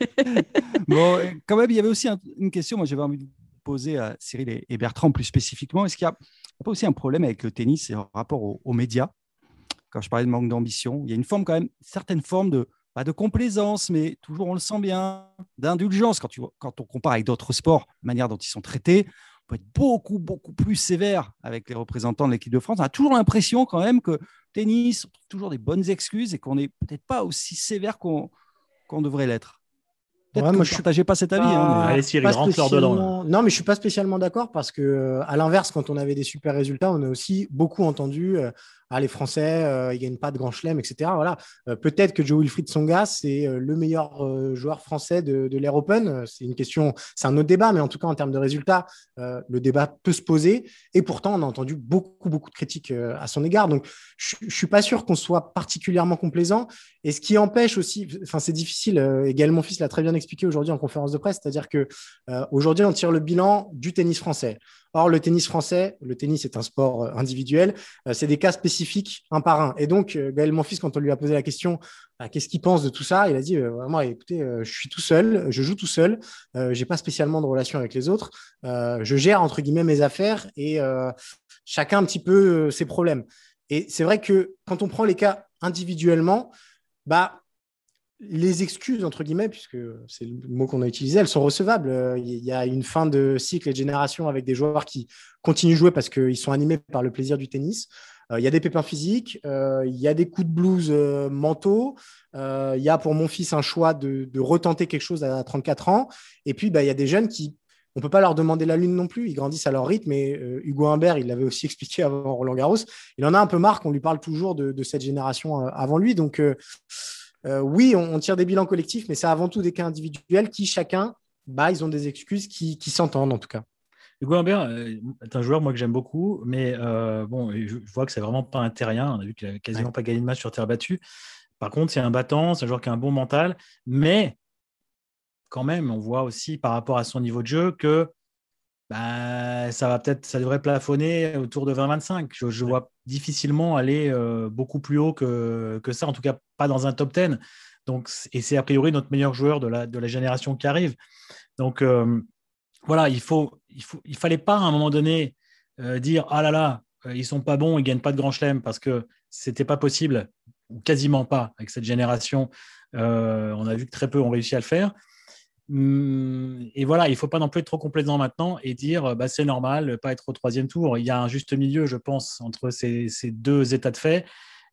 Bon, quand même, il y avait aussi un, une question, moi j'avais envie de poser à Cyril et, et Bertrand plus spécifiquement. Est-ce qu'il n'y a, a pas aussi un problème avec le tennis et en rapport aux, aux médias? Quand je parlais de manque d'ambition, il y a une forme quand même, une certaine forme de, pas de complaisance, mais toujours on le sent bien, d'indulgence. Quand, tu, quand on compare avec d'autres sports, la manière dont ils sont traités, on peut être beaucoup, beaucoup plus sévère avec les représentants de l'équipe de France. On a toujours l'impression quand même que tennis, on trouve toujours des bonnes excuses et qu'on n'est peut-être pas aussi sévère qu'on, qu'on devrait l'être. Peut-être ouais, que moi, je ne partageais pas cet avis. Pas, hein, mais... Allez, Cyril, rentre-leur dedans. Non, mais je ne suis pas spécialement d'accord parce qu'à l'inverse, quand on avait des super résultats, on a aussi beaucoup entendu euh, ah, les Français, euh, ils ne gagnent pas de grand chelem, et cetera. Voilà. Euh, peut-être que Jo-Wilfried Tsonga, c'est euh, le meilleur euh, joueur français de, de l'Air Open. C'est une question, c'est un autre débat, mais en tout cas, en termes de résultats, euh, le débat peut se poser. Et pourtant, on a entendu beaucoup, beaucoup de critiques euh, à son égard. Donc, je ne suis pas sûr qu'on soit particulièrement complaisant. Et ce qui empêche aussi, enfin, c'est difficile, euh, et Gaël Monfils l'a très bien expliqué aujourd'hui en conférence de presse, c'est-à-dire qu'aujourd'hui, euh, on tire le bilan du tennis français. Or, le tennis français, le tennis est un sport euh, individuel, euh, c'est des cas spécifiques un par un. Et donc, euh, Gaël Monfils, quand on lui a posé la question, bah, qu'est-ce qu'il pense de tout ça, il a dit, euh, vraiment, écoutez, euh, je suis tout seul, je joue tout seul, euh, je n'ai pas spécialement de relation avec les autres, euh, je gère, entre guillemets, mes affaires et euh, chacun un petit peu euh, ses problèmes. Et c'est vrai que quand on prend les cas individuellement, bah, les excuses, entre guillemets, puisque c'est le mot qu'on a utilisé, elles sont recevables. Il y a une fin de cycle et de génération avec des joueurs qui continuent de jouer parce qu'ils sont animés par le plaisir du tennis. Il y a des pépins physiques, il y a des coups de blues euh, mentaux, il euh, y a pour mon fils un choix de, de retenter quelque chose à trente-quatre ans. Et puis, bah, il y a des jeunes qui, on ne peut pas leur demander la lune non plus, ils grandissent à leur rythme. Et euh, Hugo Humbert, il l'avait aussi expliqué avant Roland Garros, il en a un peu marre qu'on lui parle toujours de, de cette génération euh, avant lui. Donc, euh, euh, oui, on, on tire des bilans collectifs, mais c'est avant tout des cas individuels qui, chacun, bah, ils ont des excuses qui, qui s'entendent en tout cas. Hugo Humbert euh, est un joueur moi, que j'aime beaucoup, mais euh, bon, je, je vois que c'est vraiment pas un terrien. On a vu qu'il n'avait quasiment ouais. pas gagné de match sur terre battue. Par contre, c'est un battant, c'est un joueur qui a un bon mental, mais quand même, on voit aussi par rapport à son niveau de jeu que bah, ça va peut-être, ça devrait plafonner autour de vingt vingt-cinq. Je, je vois difficilement aller euh, beaucoup plus haut que, que ça, en tout cas pas dans un top dix. Donc, et c'est a priori notre meilleur joueur de la, de la génération qui arrive. Donc euh, voilà, il faut, il faut, il fallait pas à un moment donné euh, dire ah là là, euh, ils sont pas bons, ils gagnent pas de grand chelem, parce que c'était pas possible, ou quasiment pas avec cette génération. Euh, on a vu que très peu ont réussi à le faire. Et voilà, il ne faut pas non plus être trop complaisant maintenant et dire bah, c'est normal, pas être au troisième tour. Il y a un juste milieu, je pense, entre ces, ces deux états de fait.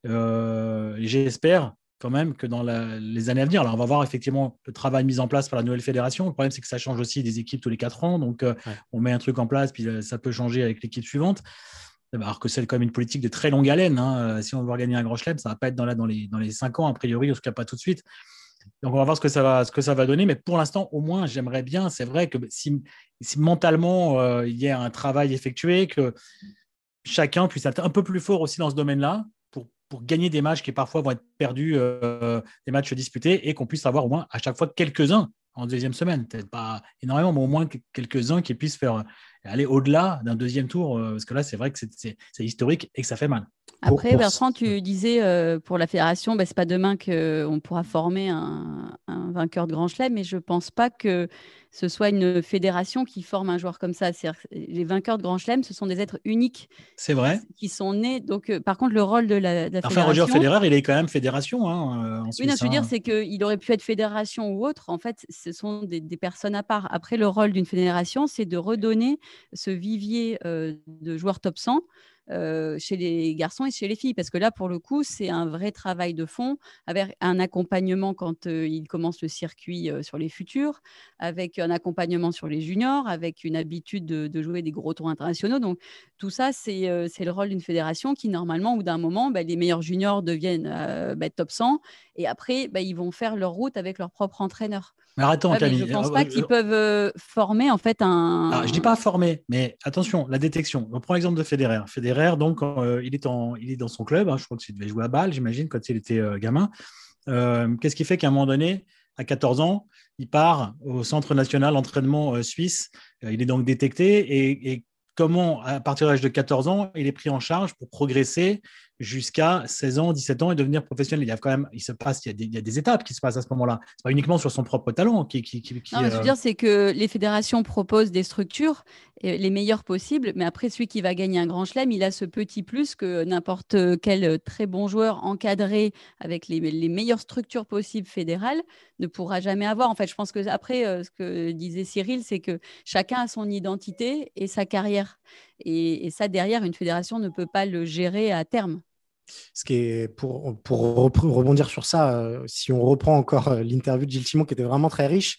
Euh, et j'espère quand même que dans la, les années à venir, alors on va voir effectivement le travail mis en place par la nouvelle fédération. Le problème, c'est que ça change aussi des équipes tous les quatre ans. Donc, euh, ouais. on met un truc en place, puis euh, ça peut changer avec l'équipe suivante. Alors que c'est quand même une politique de très longue haleine. Hein. Si on veut gagner un grand chelem, ça ne va pas être dans, la, dans, les, dans les cinq ans, a priori, en tout cas pas tout de suite. Donc, on va voir ce que ça va, ce que ça va donner. Mais pour l'instant, au moins, j'aimerais bien, c'est vrai que si, si mentalement, euh, il y a un travail effectué, que chacun puisse être un peu plus fort aussi dans ce domaine-là pour, pour gagner des matchs qui parfois vont être perdus, euh, des matchs disputés, et qu'on puisse avoir au moins à chaque fois quelques-uns en deuxième semaine. Peut-être pas énormément, mais au moins quelques-uns qui puissent faire aller au-delà d'un deuxième tour. Euh, parce que là, c'est vrai que c'est, c'est, c'est historique et que ça fait mal. Après, pour, Bertrand, pour... tu disais euh, pour la fédération, bah, ce n'est pas demain qu'on pourra former un, un vainqueur de Grand Chelem, mais je ne pense pas que ce soit une fédération qui forme un joueur comme ça. C'est-à-dire, les vainqueurs de Grand Chelem, ce sont des êtres uniques. C'est vrai. Qui sont nés. Donc, euh, par contre, le rôle de la, de la enfin, fédération. Roger Federer, il est quand même fédération. Hein, en oui, Suisse, non, je veux hein. dire, c'est qu'il aurait pu être fédération ou autre. En fait, ce sont des, des personnes à part. Après, le rôle d'une fédération, c'est de redonner ce vivier euh, de joueurs top cent. Euh, chez les garçons et chez les filles, parce que là, pour le coup, c'est un vrai travail de fond, avec un accompagnement quand euh, ils commencent le circuit euh, sur les futurs, avec un accompagnement sur les juniors, avec une habitude de, de jouer des gros tours internationaux. Donc, tout ça, c'est, euh, c'est le rôle d'une fédération qui, normalement, au bout d'un moment, bah, les meilleurs juniors deviennent euh, bah, top cent, et après, bah, ils vont faire leur route avec leur propre entraîneur. Mais attends, ah, Camille. Mais je ne pense pas qu'ils peuvent euh, former en fait un. Alors, je ne dis pas former, mais attention, la détection. On prend l'exemple de Federer. Federer, donc, euh, il, est en, il est dans son club. Hein, je crois qu'il devait jouer à Bâle, j'imagine, quand il était euh, gamin. Euh, qu'est-ce qui fait qu'à un moment donné, à quatorze ans, il part au Centre national d'entraînement euh, suisse. Euh, il est donc détecté. Et, et comment, à partir de l'âge de quatorze ans, il est pris en charge pour progresser jusqu'à seize ans, dix-sept ans et devenir professionnel. Il y a quand même, il se passe, il y a des, il y a des étapes qui se passent à ce moment-là. C'est pas uniquement sur son propre talent qui. qui, qui, qui non, mais je veux euh... dire, c'est que les fédérations proposent des structures les meilleures possibles, mais après, celui qui va gagner un grand chelem, il a ce petit plus que n'importe quel très bon joueur encadré avec les, les meilleures structures possibles fédérales ne pourra jamais avoir. En fait, je pense que après, euh, ce que disait Cyril, c'est que chacun a son identité et sa carrière. Et, et ça, derrière, une fédération ne peut pas le gérer à terme. Ce qui est pour, pour rebondir sur ça, euh, si on reprend encore euh, l'interview de Gilles Simon qui était vraiment très riche,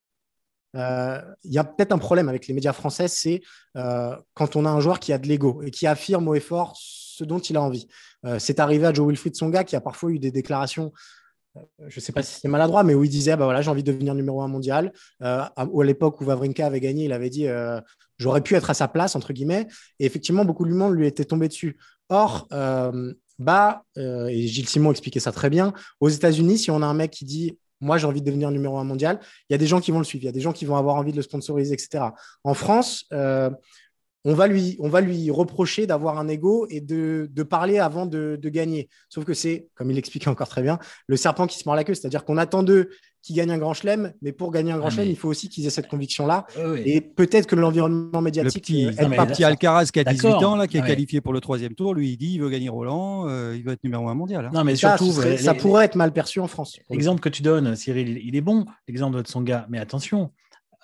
il euh, y a peut-être un problème avec les médias français, c'est euh, quand on a un joueur qui a de l'ego et qui affirme haut et fort ce dont il a envie. Euh, c'est arrivé à Jo-Wilfried Tsonga qui a parfois eu des déclarations, euh, je ne sais pas si c'est maladroit, mais où il disait bah voilà, j'ai envie de devenir numéro un mondial. Euh, à, à l'époque où Wawrinka avait gagné, il avait dit euh, j'aurais pu être à sa place, entre guillemets. Et effectivement, beaucoup de monde lui était tombé dessus. Or, euh, bah, euh, et Gilles Simon expliquait ça très bien, aux États-Unis, si on a un mec qui dit moi, j'ai envie de devenir numéro un mondial, il y a des gens qui vont le suivre, il y a des gens qui vont avoir envie de le sponsoriser, et cetera. En France, euh, on, va lui, on va lui reprocher d'avoir un ego et de, de parler avant de, de gagner. Sauf que c'est, comme il l'expliquait encore très bien, le serpent qui se mord la queue, c'est-à-dire qu'on attend d'eux qu'ils gagnent un grand chelem, mais pour gagner un grand ah, chelem, mais... il faut aussi qu'ils aient cette conviction-là. Oui, oui. Et peut-être que l'environnement médiatique... Le petit, euh, non, pas petit Alcaraz qui a dix-huit ans, là, qui est ouais. qualifié pour le troisième tour, lui, il dit il veut gagner Roland, euh, il veut être numéro un mondial. Hein. Non, mais ça, surtout, serait, les, ça les, pourrait être mal perçu en France. L'exemple que tu donnes, Cyril, il est bon, l'exemple de Tsonga, mais attention,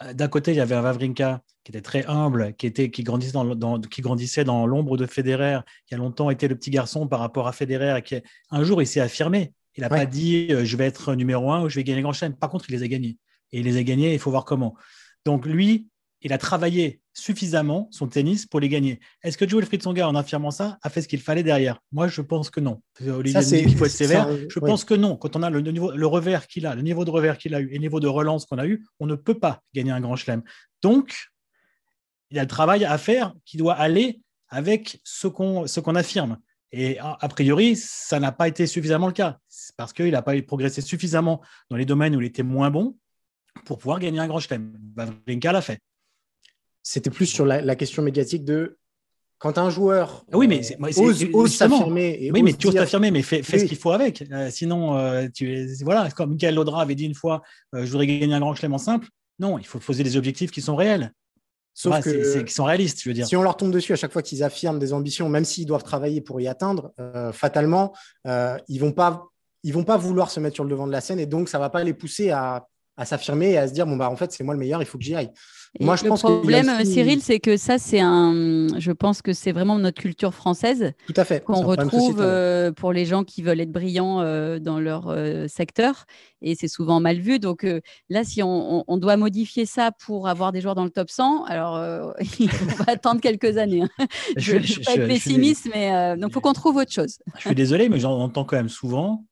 d'un côté, il y avait un Wawrinka qui était très humble, qui, était, qui, grandissait dans, dans, qui grandissait dans l'ombre de Federer, qui a longtemps été le petit garçon par rapport à Federer, et qui, un jour, il s'est affirmé. Il n'a ouais. pas dit euh, « je vais être numéro un » ou « je vais gagner les grands chelems ». Par contre, il les a gagnés. Et il les a gagnés, il faut voir comment. Donc lui, il a travaillé suffisamment son tennis pour les gagner. Est-ce que Joe-Wilfried Tsonga, en affirmant ça, a fait ce qu'il fallait derrière? Moi, je pense que non. Olivier ça, dit qu'il faut être sévère. Ça, je oui. pense que non. Quand on a le, niveau, le revers qu'il a, le niveau de revers qu'il a eu et le niveau de relance qu'on a eu, on ne peut pas gagner un grand chelem. Donc, il y a le travail à faire qui doit aller avec ce qu'on, ce qu'on affirme. Et a, a priori, ça n'a pas été suffisamment le cas. C'est parce qu'il n'a pas progressé suffisamment dans les domaines où il était moins bon pour pouvoir gagner un grand chelem. Wawrinka l'a fait. C'était plus sur la, la question médiatique de quand un joueur oui, mais c'est, euh, c'est, ose, ose s'affirmer. Et oui, ose mais tu oses dire... t'affirmer, mais fais, fais oui. ce qu'il faut avec. Euh, sinon, euh, tu, voilà, comme Michael Laudra avait dit une fois, euh, je voudrais gagner un grand chelem en simple. Non, il faut poser des objectifs qui sont réels. Sauf ouais, que c'est, c'est, qui sont réalistes, je veux dire. Si on leur tombe dessus à chaque fois qu'ils affirment des ambitions, même s'ils doivent travailler pour y atteindre, euh, fatalement, euh, ils vont pas, ils vont pas vouloir se mettre sur le devant de la scène et donc ça va pas les pousser à, à s'affirmer et à se dire bon bah en fait c'est moi le meilleur, il faut que j'y aille. Et Moi, je le pense problème, aussi... Cyril, c'est que ça, c'est un. Je pense que c'est vraiment notre culture française. Tout à fait. Qu'on retrouve euh, pour les gens qui veulent être brillants euh, dans leur euh, secteur, et c'est souvent mal vu. Donc euh, là, si on, on, on doit modifier ça pour avoir des joueurs dans le top cent, alors euh, on va attendre quelques années. Hein. Je ne veux pas être pessimiste, mais euh, donc faut qu'on trouve autre chose. Je suis désolé, mais j'en entends quand même souvent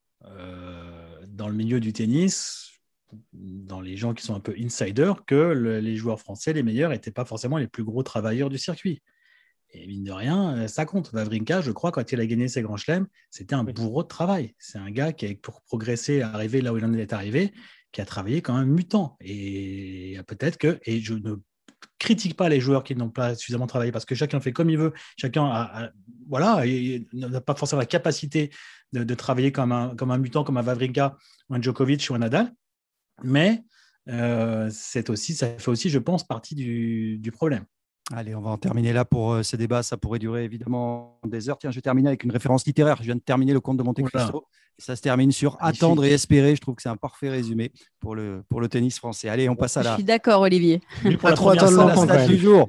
euh, dans le milieu du tennis. Dans les gens qui sont un peu insiders, que le, les joueurs français, les meilleurs, n'étaient pas forcément les plus gros travailleurs du circuit. Et mine de rien, ça compte. Wawrinka, je crois, quand il a gagné ses grands chelems, c'était un bourreau de travail. C'est un gars qui, pour progresser, arriver là où il en est arrivé, qui a travaillé quand même mutant. Et peut-être que, et je ne critique pas les joueurs qui n'ont pas suffisamment travaillé, parce que chacun fait comme il veut, chacun a, a, voilà, n'a pas forcément la capacité de, de travailler comme un, comme un mutant, comme un Wawrinka, ou un Djokovic ou un Nadal. Mais euh, c'est aussi, ça fait aussi, je pense, partie du, du problème. Allez, on va en terminer là pour euh, ce débat. Ça pourrait durer évidemment des heures. Tiens, je vais terminer avec une référence littéraire. Je viens de terminer Le Comte de Monte Cristo. Voilà. Ça se termine sur Magnifique. Attendre et espérer. Je trouve que c'est un parfait résumé pour le, pour le tennis français. Allez, on passe à la… Je suis d'accord, Olivier. Pour la trop attendre longtemps quand même. Du jour.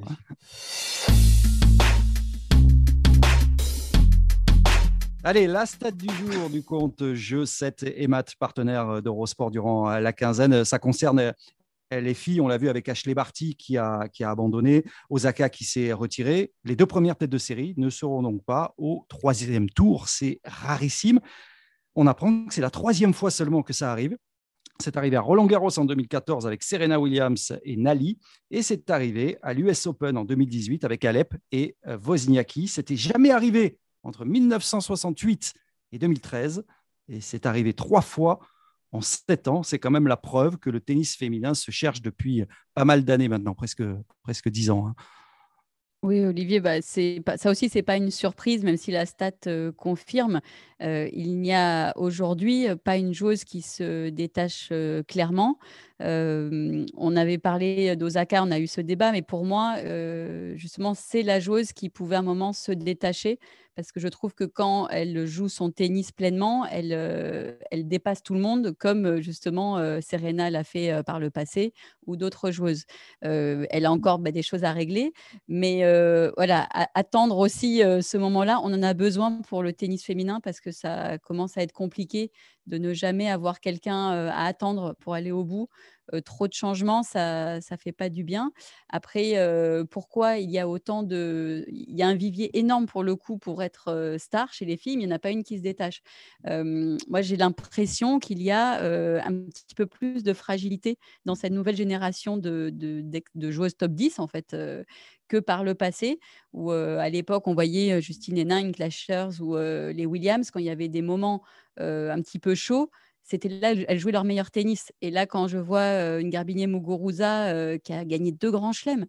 Allez, la stat du jour du compte Jeux sept et Math, partenaire d'Eurosport durant la quinzaine. Ça concerne les filles, on l'a vu avec Ashley Barty qui a, qui a abandonné, Osaka qui s'est retirée. Les deux premières têtes de série ne seront donc pas au troisième tour. C'est rarissime. On apprend que c'est la troisième fois seulement que ça arrive. C'est arrivé à Roland-Garros en deux mille quatorze avec Serena Williams et Nali. Et c'est arrivé à l'U S Open en deux mille dix-huit avec Alep et Wozniacki. C'était jamais arrivé entre mille neuf cent soixante-huit et deux mille treize, et c'est arrivé trois fois en sept ans. C'est quand même la preuve que le tennis féminin se cherche depuis pas mal d'années maintenant, presque, presque dix ans. Hein. Oui, Olivier, bah, c'est pas, ça aussi, ce n'est pas une surprise, même si la stat euh, confirme. Euh, il n'y a aujourd'hui pas une joueuse qui se détache euh, clairement. Euh, on avait parlé d'Osaka, on a eu ce débat, mais pour moi, euh, justement, c'est la joueuse qui pouvait à un moment se détacher, parce que je trouve que quand elle joue son tennis pleinement, elle, euh, elle dépasse tout le monde, comme justement euh, Serena l'a fait euh, par le passé, ou d'autres joueuses. Euh, elle a encore bah, des choses à régler, mais euh, voilà, à, attendre aussi euh, ce moment-là, on en a besoin pour le tennis féminin, parce que ça commence à être compliqué de ne jamais avoir quelqu'un euh, à attendre pour aller au bout. Euh, trop de changements, ça ne fait pas du bien. Après, euh, pourquoi il y a autant de… Il y a un vivier énorme pour le coup pour être euh, star chez les filles, mais il n'y en a pas une qui se détache. Euh, moi, j'ai l'impression qu'il y a euh, un petit peu plus de fragilité dans cette nouvelle génération de, de, de, de joueuses top dix, en fait, euh, que par le passé, où euh, à l'époque, on voyait Justine Henin, Clashers ou euh, les Williams, quand il y avait des moments euh, un petit peu chauds, c'était là, elles jouaient leur meilleur tennis. Et là, quand je vois euh, une Garbiñe Muguruza euh, qui a gagné deux grands chelems,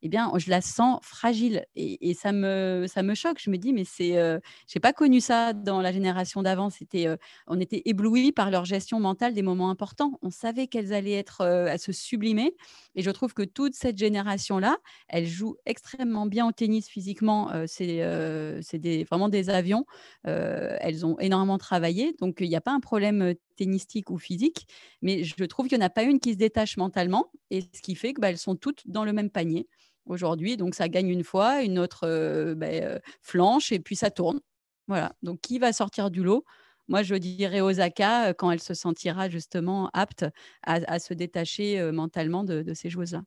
eh bien, je la sens fragile. Et, et ça, me, ça me choque. Je me dis, mais c'est, euh, je n'ai pas connu ça dans la génération d'avant. C'était, euh, on était éblouis par leur gestion mentale des moments importants. On savait qu'elles allaient être euh, à se sublimer. Et je trouve que toute cette génération-là, elle joue extrêmement bien au tennis physiquement. Euh, c'est euh, c'est des, vraiment des avions. Euh, elles ont énormément travaillé. Donc, il n'y a pas un problème tennistique ou physique. Mais je trouve qu'il n'y en a pas une qui se détache mentalement. Et ce qui fait qu'elles bah, sont toutes dans le même panier aujourd'hui. Donc, ça gagne une fois, une autre euh, bah, euh, flanche et puis ça tourne. Voilà. Donc, qui va sortir du lot? Moi, je dirais Osaka euh, quand elle se sentira justement apte à, à se détacher euh, mentalement de, de ces joueuses-là.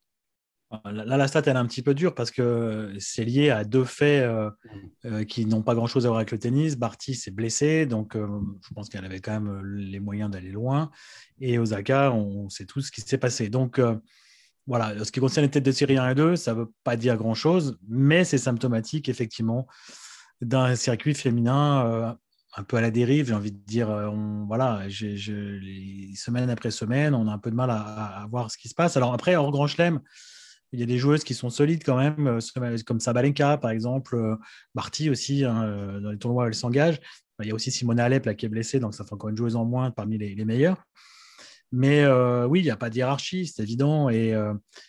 Là, la stat, elle est un petit peu dure parce que c'est lié à deux faits euh, euh, qui n'ont pas grand-chose à voir avec le tennis. Barty s'est blessée, donc euh, je pense qu'elle avait quand même les moyens d'aller loin. Et Osaka, on sait tout ce qui s'est passé. Donc, euh, voilà, ce qui concerne les têtes de série un et deux, ça ne veut pas dire grand-chose, mais c'est symptomatique, effectivement, d'un circuit féminin euh, un peu à la dérive, j'ai envie de dire. On, voilà, j'ai, je, les semaines après semaine, on a un peu de mal à, à voir ce qui se passe. Alors après, hors Grand Chelem, il y a des joueuses qui sont solides quand même, comme Sabalenka, par exemple, Barty aussi, hein, dans les tournois où elle s'engage. Il y a aussi Simona Alep là, qui est blessée, donc ça fait encore une joueuse en moins parmi les, les meilleures. Mais euh, oui, il n'y a pas de hiérarchie, c'est évident. Et, euh,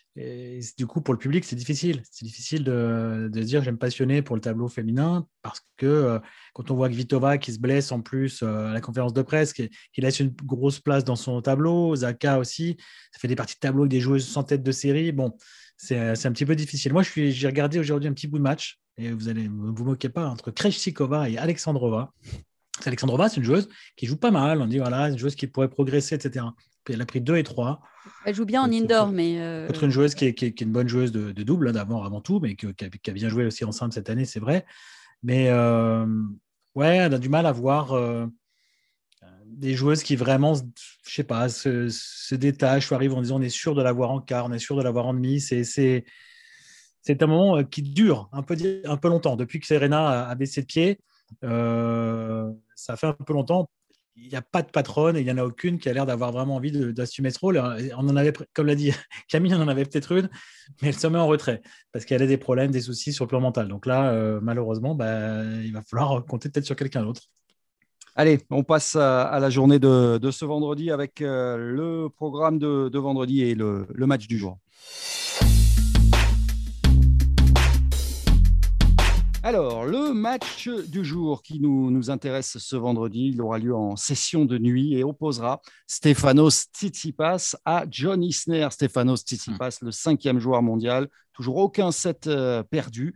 et du coup, pour le public, c'est difficile. C'est difficile de, de se dire je vais me passionner pour le tableau féminin parce que euh, quand on voit Kvitova qui se blesse en plus euh, à la conférence de presse, qui, qui laisse une grosse place dans son tableau, Zaka aussi, ça fait des parties de tableau avec des joueuses sans tête de série. Bon, c'est, c'est un petit peu difficile. Moi, je suis, j'ai regardé aujourd'hui un petit bout de match et vous allez vous moquez pas entre Krejcikova et Alexandrova. Alexandrova, c'est une joueuse qui joue pas mal. On dit voilà, une joueuse qui pourrait progresser, et cetera. Puis elle a pris deux et trois. Elle joue bien en indoor, mais. Euh... Contre une joueuse qui est, qui est, qui est une bonne joueuse de, de double, hein, d'abord, avant tout, mais qui, qui, a, qui a bien joué aussi en simple cette année, c'est vrai. Mais euh, ouais, on a du mal à voir euh, des joueuses qui vraiment, je sais pas, se, se détachent ou arrivent en disant on est sûr de l'avoir en quart, on est sûr de l'avoir en demi. C'est. c'est C'est un moment qui dure un peu, un peu longtemps. Depuis que Serena a, a baissé de pied, euh, ça fait un peu longtemps. Il n'y a pas de patronne et il n'y en a aucune qui a l'air d'avoir vraiment envie de, d'assumer ce rôle. On en avait, comme l'a dit Camille, on en avait peut-être une, mais elle se met en retrait parce qu'elle a des problèmes, des soucis sur le plan mental. Donc là, euh, malheureusement, bah, il va falloir compter peut-être sur quelqu'un d'autre. Allez, on passe à, à la journée de, de ce vendredi avec euh, le programme de, de vendredi et le, le match du jour. Alors, le match du jour qui nous, nous intéresse ce vendredi, il aura lieu en session de nuit et opposera Stefanos Tsitsipas à John Isner. Stefanos Tsitsipas, le cinquième joueur mondial, toujours aucun set euh, perdu.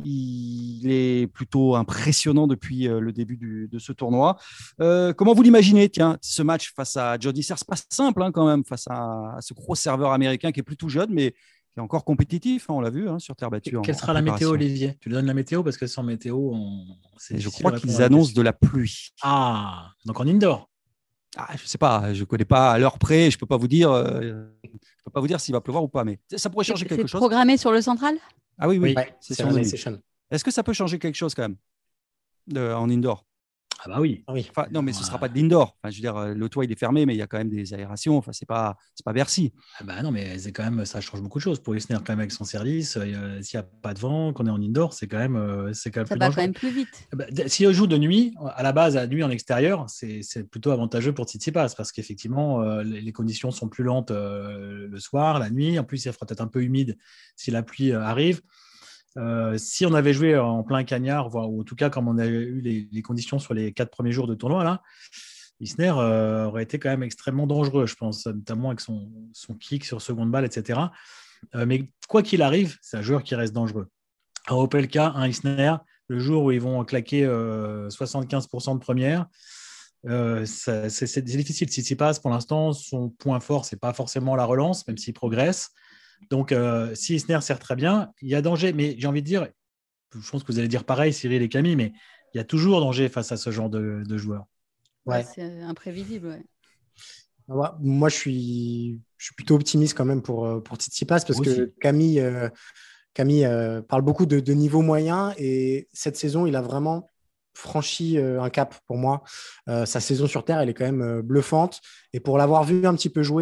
Il est plutôt impressionnant depuis euh, le début du, de ce tournoi. Euh, comment vous l'imaginez, tiens, ce match face à John Isner? C'est pas simple hein, quand même, face à, à ce gros serveur américain qui est plutôt jeune, mais qui est encore compétitif, hein, on l'a vu, hein, sur terre battue. Quelle en, sera en la météo, Olivier? Tu lui donnes la météo parce que sans météo, on... c'est je crois qu'ils annoncent de la pluie. Ah, donc en indoor. Ah, je ne sais pas, je ne connais pas à l'heure près, je ne peux pas vous dire, euh, je peux pas vous dire s'il va pleuvoir ou pas, mais ça pourrait changer c'est, quelque c'est chose. C'est programmé sur le central? Ah oui, oui, oui ouais, c'est, c'est sur session. Est-ce que ça peut changer quelque chose quand même de, en indoor? Ah bah oui. Enfin, non, mais ce ne sera pas de l'indoor. Enfin, je veux dire, le toit il est fermé, mais il y a quand même des aérations. Enfin, c'est pas, c'est pas Bercy. Ah bah non, mais c'est quand même, ça change beaucoup de choses pour Isner quand même avec son service. Euh, s'il n'y a pas de vent, qu'on est en indoor, c'est quand même, euh, c'est quand même ça plus va dangereux. quand même plus vite. Bah, si on joue de nuit, à la base, à nuit en extérieur, c'est, c'est plutôt avantageux pour Tsitsipas parce qu'effectivement, euh, les, les conditions sont plus lentes euh, le soir, la nuit. En plus, il fera peut-être un peu humide si la pluie euh, arrive. Euh, si on avait joué en plein cagnard, voire, ou en tout cas comme on a eu les, les conditions sur les quatre premiers jours de tournoi, là, Isner euh, aurait été quand même extrêmement dangereux, je pense, notamment avec son, son kick sur seconde balle, et cetera. Euh, mais quoi qu'il arrive, c'est un joueur qui reste dangereux. À Opelka, un Isner, le jour où ils vont claquer euh, soixante-quinze pour cent de première, euh, ça, c'est, c'est difficile. Si s'y passe, pour l'instant, son point fort, c'est pas forcément la relance, même s'il progresse. Donc, euh, si Isner sert très bien, il y a danger. Mais j'ai envie de dire, je pense que vous allez dire pareil, Cyril et Camille, mais il y a toujours danger face à ce genre de, de joueurs. Ouais. Ouais, c'est imprévisible. Ouais. Ouais, moi, je suis, je suis plutôt optimiste quand même pour, pour Tsitsipas parce Aussi. que Camille, euh, Camille euh, parle beaucoup de, de niveau moyen et cette saison, il a vraiment franchi euh, un cap pour moi. Euh, sa saison sur terre, elle est quand même euh, bluffante. Et pour l'avoir vu un petit peu jouer,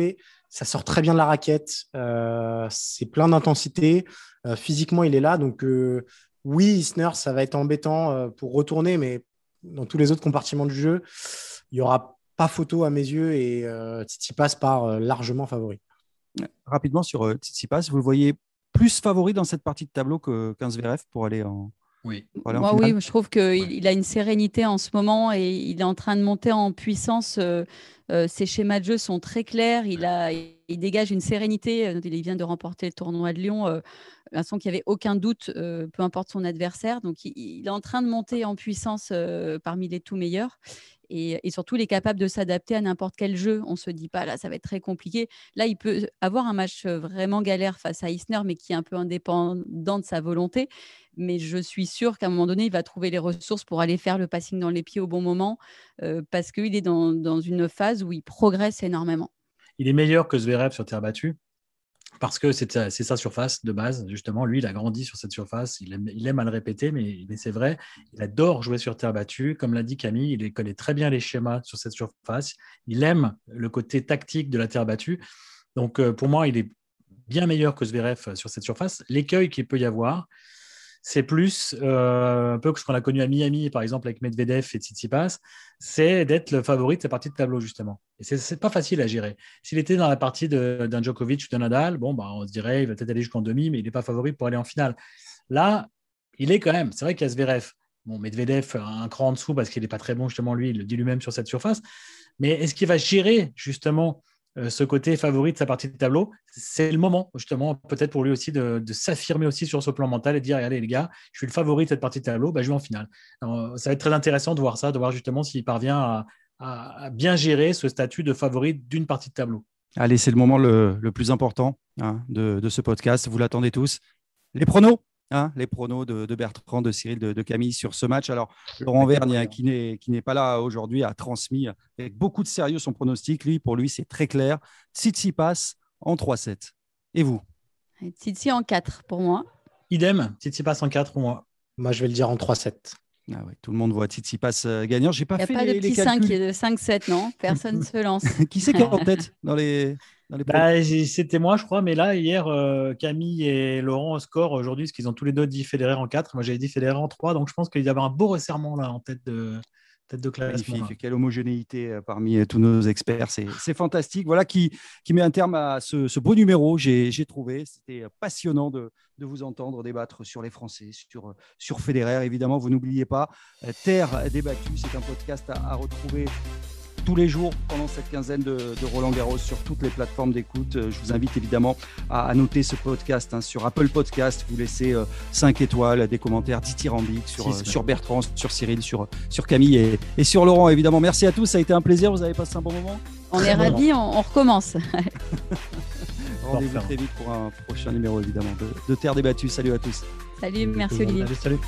ça sort très bien de la raquette. Euh, c'est plein d'intensité. Euh, physiquement, il est là. Donc, euh, oui, Isner, ça va être embêtant euh, pour retourner, mais dans tous les autres compartiments du jeu, il n'y aura pas photo à mes yeux et euh, Tsitsipas part euh, largement favori. Rapidement sur euh, Tsitsipas, vous le voyez plus favori dans cette partie de tableau que, qu'un Zverev pour aller en. Oui. Voilà, Moi, oui, je trouve qu'il ouais. il a une sérénité en ce moment et il est en train de monter en puissance. Euh, euh, ses schémas de jeu sont très clairs. Il, a, il dégage une sérénité. Il vient de remporter le tournoi de Lyon. Euh, Vincent, qu'il n'y avait aucun doute, euh, peu importe son adversaire. Donc, il, il est en train de monter en puissance euh, parmi les tout meilleurs. Et, et surtout, il est capable de s'adapter à n'importe quel jeu. On ne se dit pas, là, ça va être très compliqué. Là, il peut avoir un match vraiment galère face à Isner, mais qui est un peu indépendant de sa volonté. Mais je suis sûre qu'à un moment donné, il va trouver les ressources pour aller faire le passing dans les pieds au bon moment, euh, parce qu'il est dans, dans une phase où il progresse énormément. Il est meilleur que Zverev sur terre battue. Parce que c'est, c'est sa surface de base, justement. Lui, il a grandi sur cette surface. Il aime, il aime à le répéter, mais, mais c'est vrai. Il adore jouer sur terre battue. Comme l'a dit Camille, il connaît très bien les schémas sur cette surface. Il aime le côté tactique de la terre battue. Donc, euh, pour moi, il est bien meilleur que Zverev sur cette surface. L'écueil qu'il peut y avoir, c'est plus euh, un peu ce qu'on a connu à Miami, par exemple, avec Medvedev et Tsitsipas, c'est d'être le favori de sa partie de tableau, justement. Et c'est, c'est pas facile à gérer. S'il était dans la partie de, d'un Djokovic ou d'un Nadal, bon, bah, on se dirait il va peut-être aller jusqu'en demi, mais il n'est pas favori pour aller en finale. Là, il est quand même, c'est vrai qu'il y a Zverev. Bon, Medvedev un cran en dessous parce qu'il n'est pas très bon, justement, lui, il le dit lui-même sur cette surface. Mais est-ce qu'il va gérer, justement, ce côté favori de sa partie de tableau? C'est le moment, justement, peut-être pour lui aussi de, de s'affirmer aussi sur ce plan mental et de dire, allez les gars, je suis le favori de cette partie de tableau, bah, je vais en finale. Alors, ça va être très intéressant de voir ça, de voir justement s'il parvient à, à, à bien gérer ce statut de favori d'une partie de tableau. Allez, c'est le moment le, le plus important hein, de, de ce podcast. Vous l'attendez tous. Les pronos Hein, les pronos de, de Bertrand, de Cyril, de, de Camille sur ce match. Alors, Laurent Vergne, hein, qui, n'est, qui n'est pas là aujourd'hui, a transmis avec beaucoup de sérieux son pronostic. Lui, pour lui, c'est très clair. Tsitsipas en trois sept. Et vous? Tsitsi en quatre pour moi. Idem, Tsitsipas en quatre pour moi. Moi, je vais le dire en trois sept. Ah ouais, tout le monde voit Tsitsipas euh, gagnant. J'ai pas Il n'y a fait pas les, de petit cinq, de cinq sept, non? Personne ne se lance. Qui c'est qui est en tête dans les, dans les bah, c'était moi, je crois. Mais là, hier, euh, Camille et Laurent au score aujourd'hui, parce qu'ils ont tous les deux dit Federer en quatre. Moi, j'avais dit Federer en trois. Donc, je pense qu'il y avait un beau resserrement là en tête de, tête de classement. Magnifique. Quelle homogénéité parmi tous nos experts. C'est, c'est fantastique. Voilà qui, qui met un terme à ce, ce beau numéro. J'ai, j'ai trouvé. C'était passionnant de, de vous entendre débattre sur les Français, sur, sur Federer. Évidemment, vous n'oubliez pas, Terre débattue, c'est un podcast à, à retrouver tous les jours pendant cette quinzaine de, de Roland Garros sur toutes les plateformes d'écoute. Je vous invite évidemment à, à noter ce podcast hein, sur Apple Podcast. Vous laissez euh, cinq étoiles, des commentaires dithyrambiques sur, euh, sur Bertrand, sur Cyril, sur, sur Camille et, et sur Laurent évidemment. Merci à tous, ça a été un plaisir. Vous avez passé un bon moment? On est ravis, on, on recommence. Rendez-vous très vite pour un prochain numéro évidemment de, de Terre débattue. Salut à tous. Salut, merci Olivier. Salut, salut.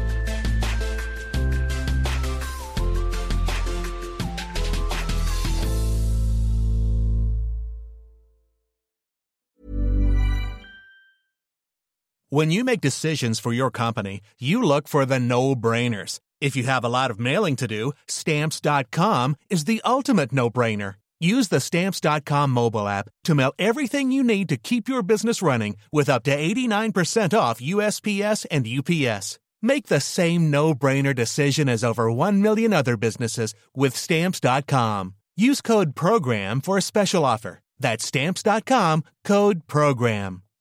When you make decisions for your company, you look for the no-brainers. If you have a lot of mailing to do, Stamps dot com is the ultimate no-brainer. Use the Stamps dot com mobile app to mail everything you need to keep your business running with up to eighty-nine percent off U S P S and U P S. Make the same no-brainer decision as over one million other businesses with Stamps dot com. Use code PROGRAM for a special offer. That's Stamps dot com, code PROGRAM.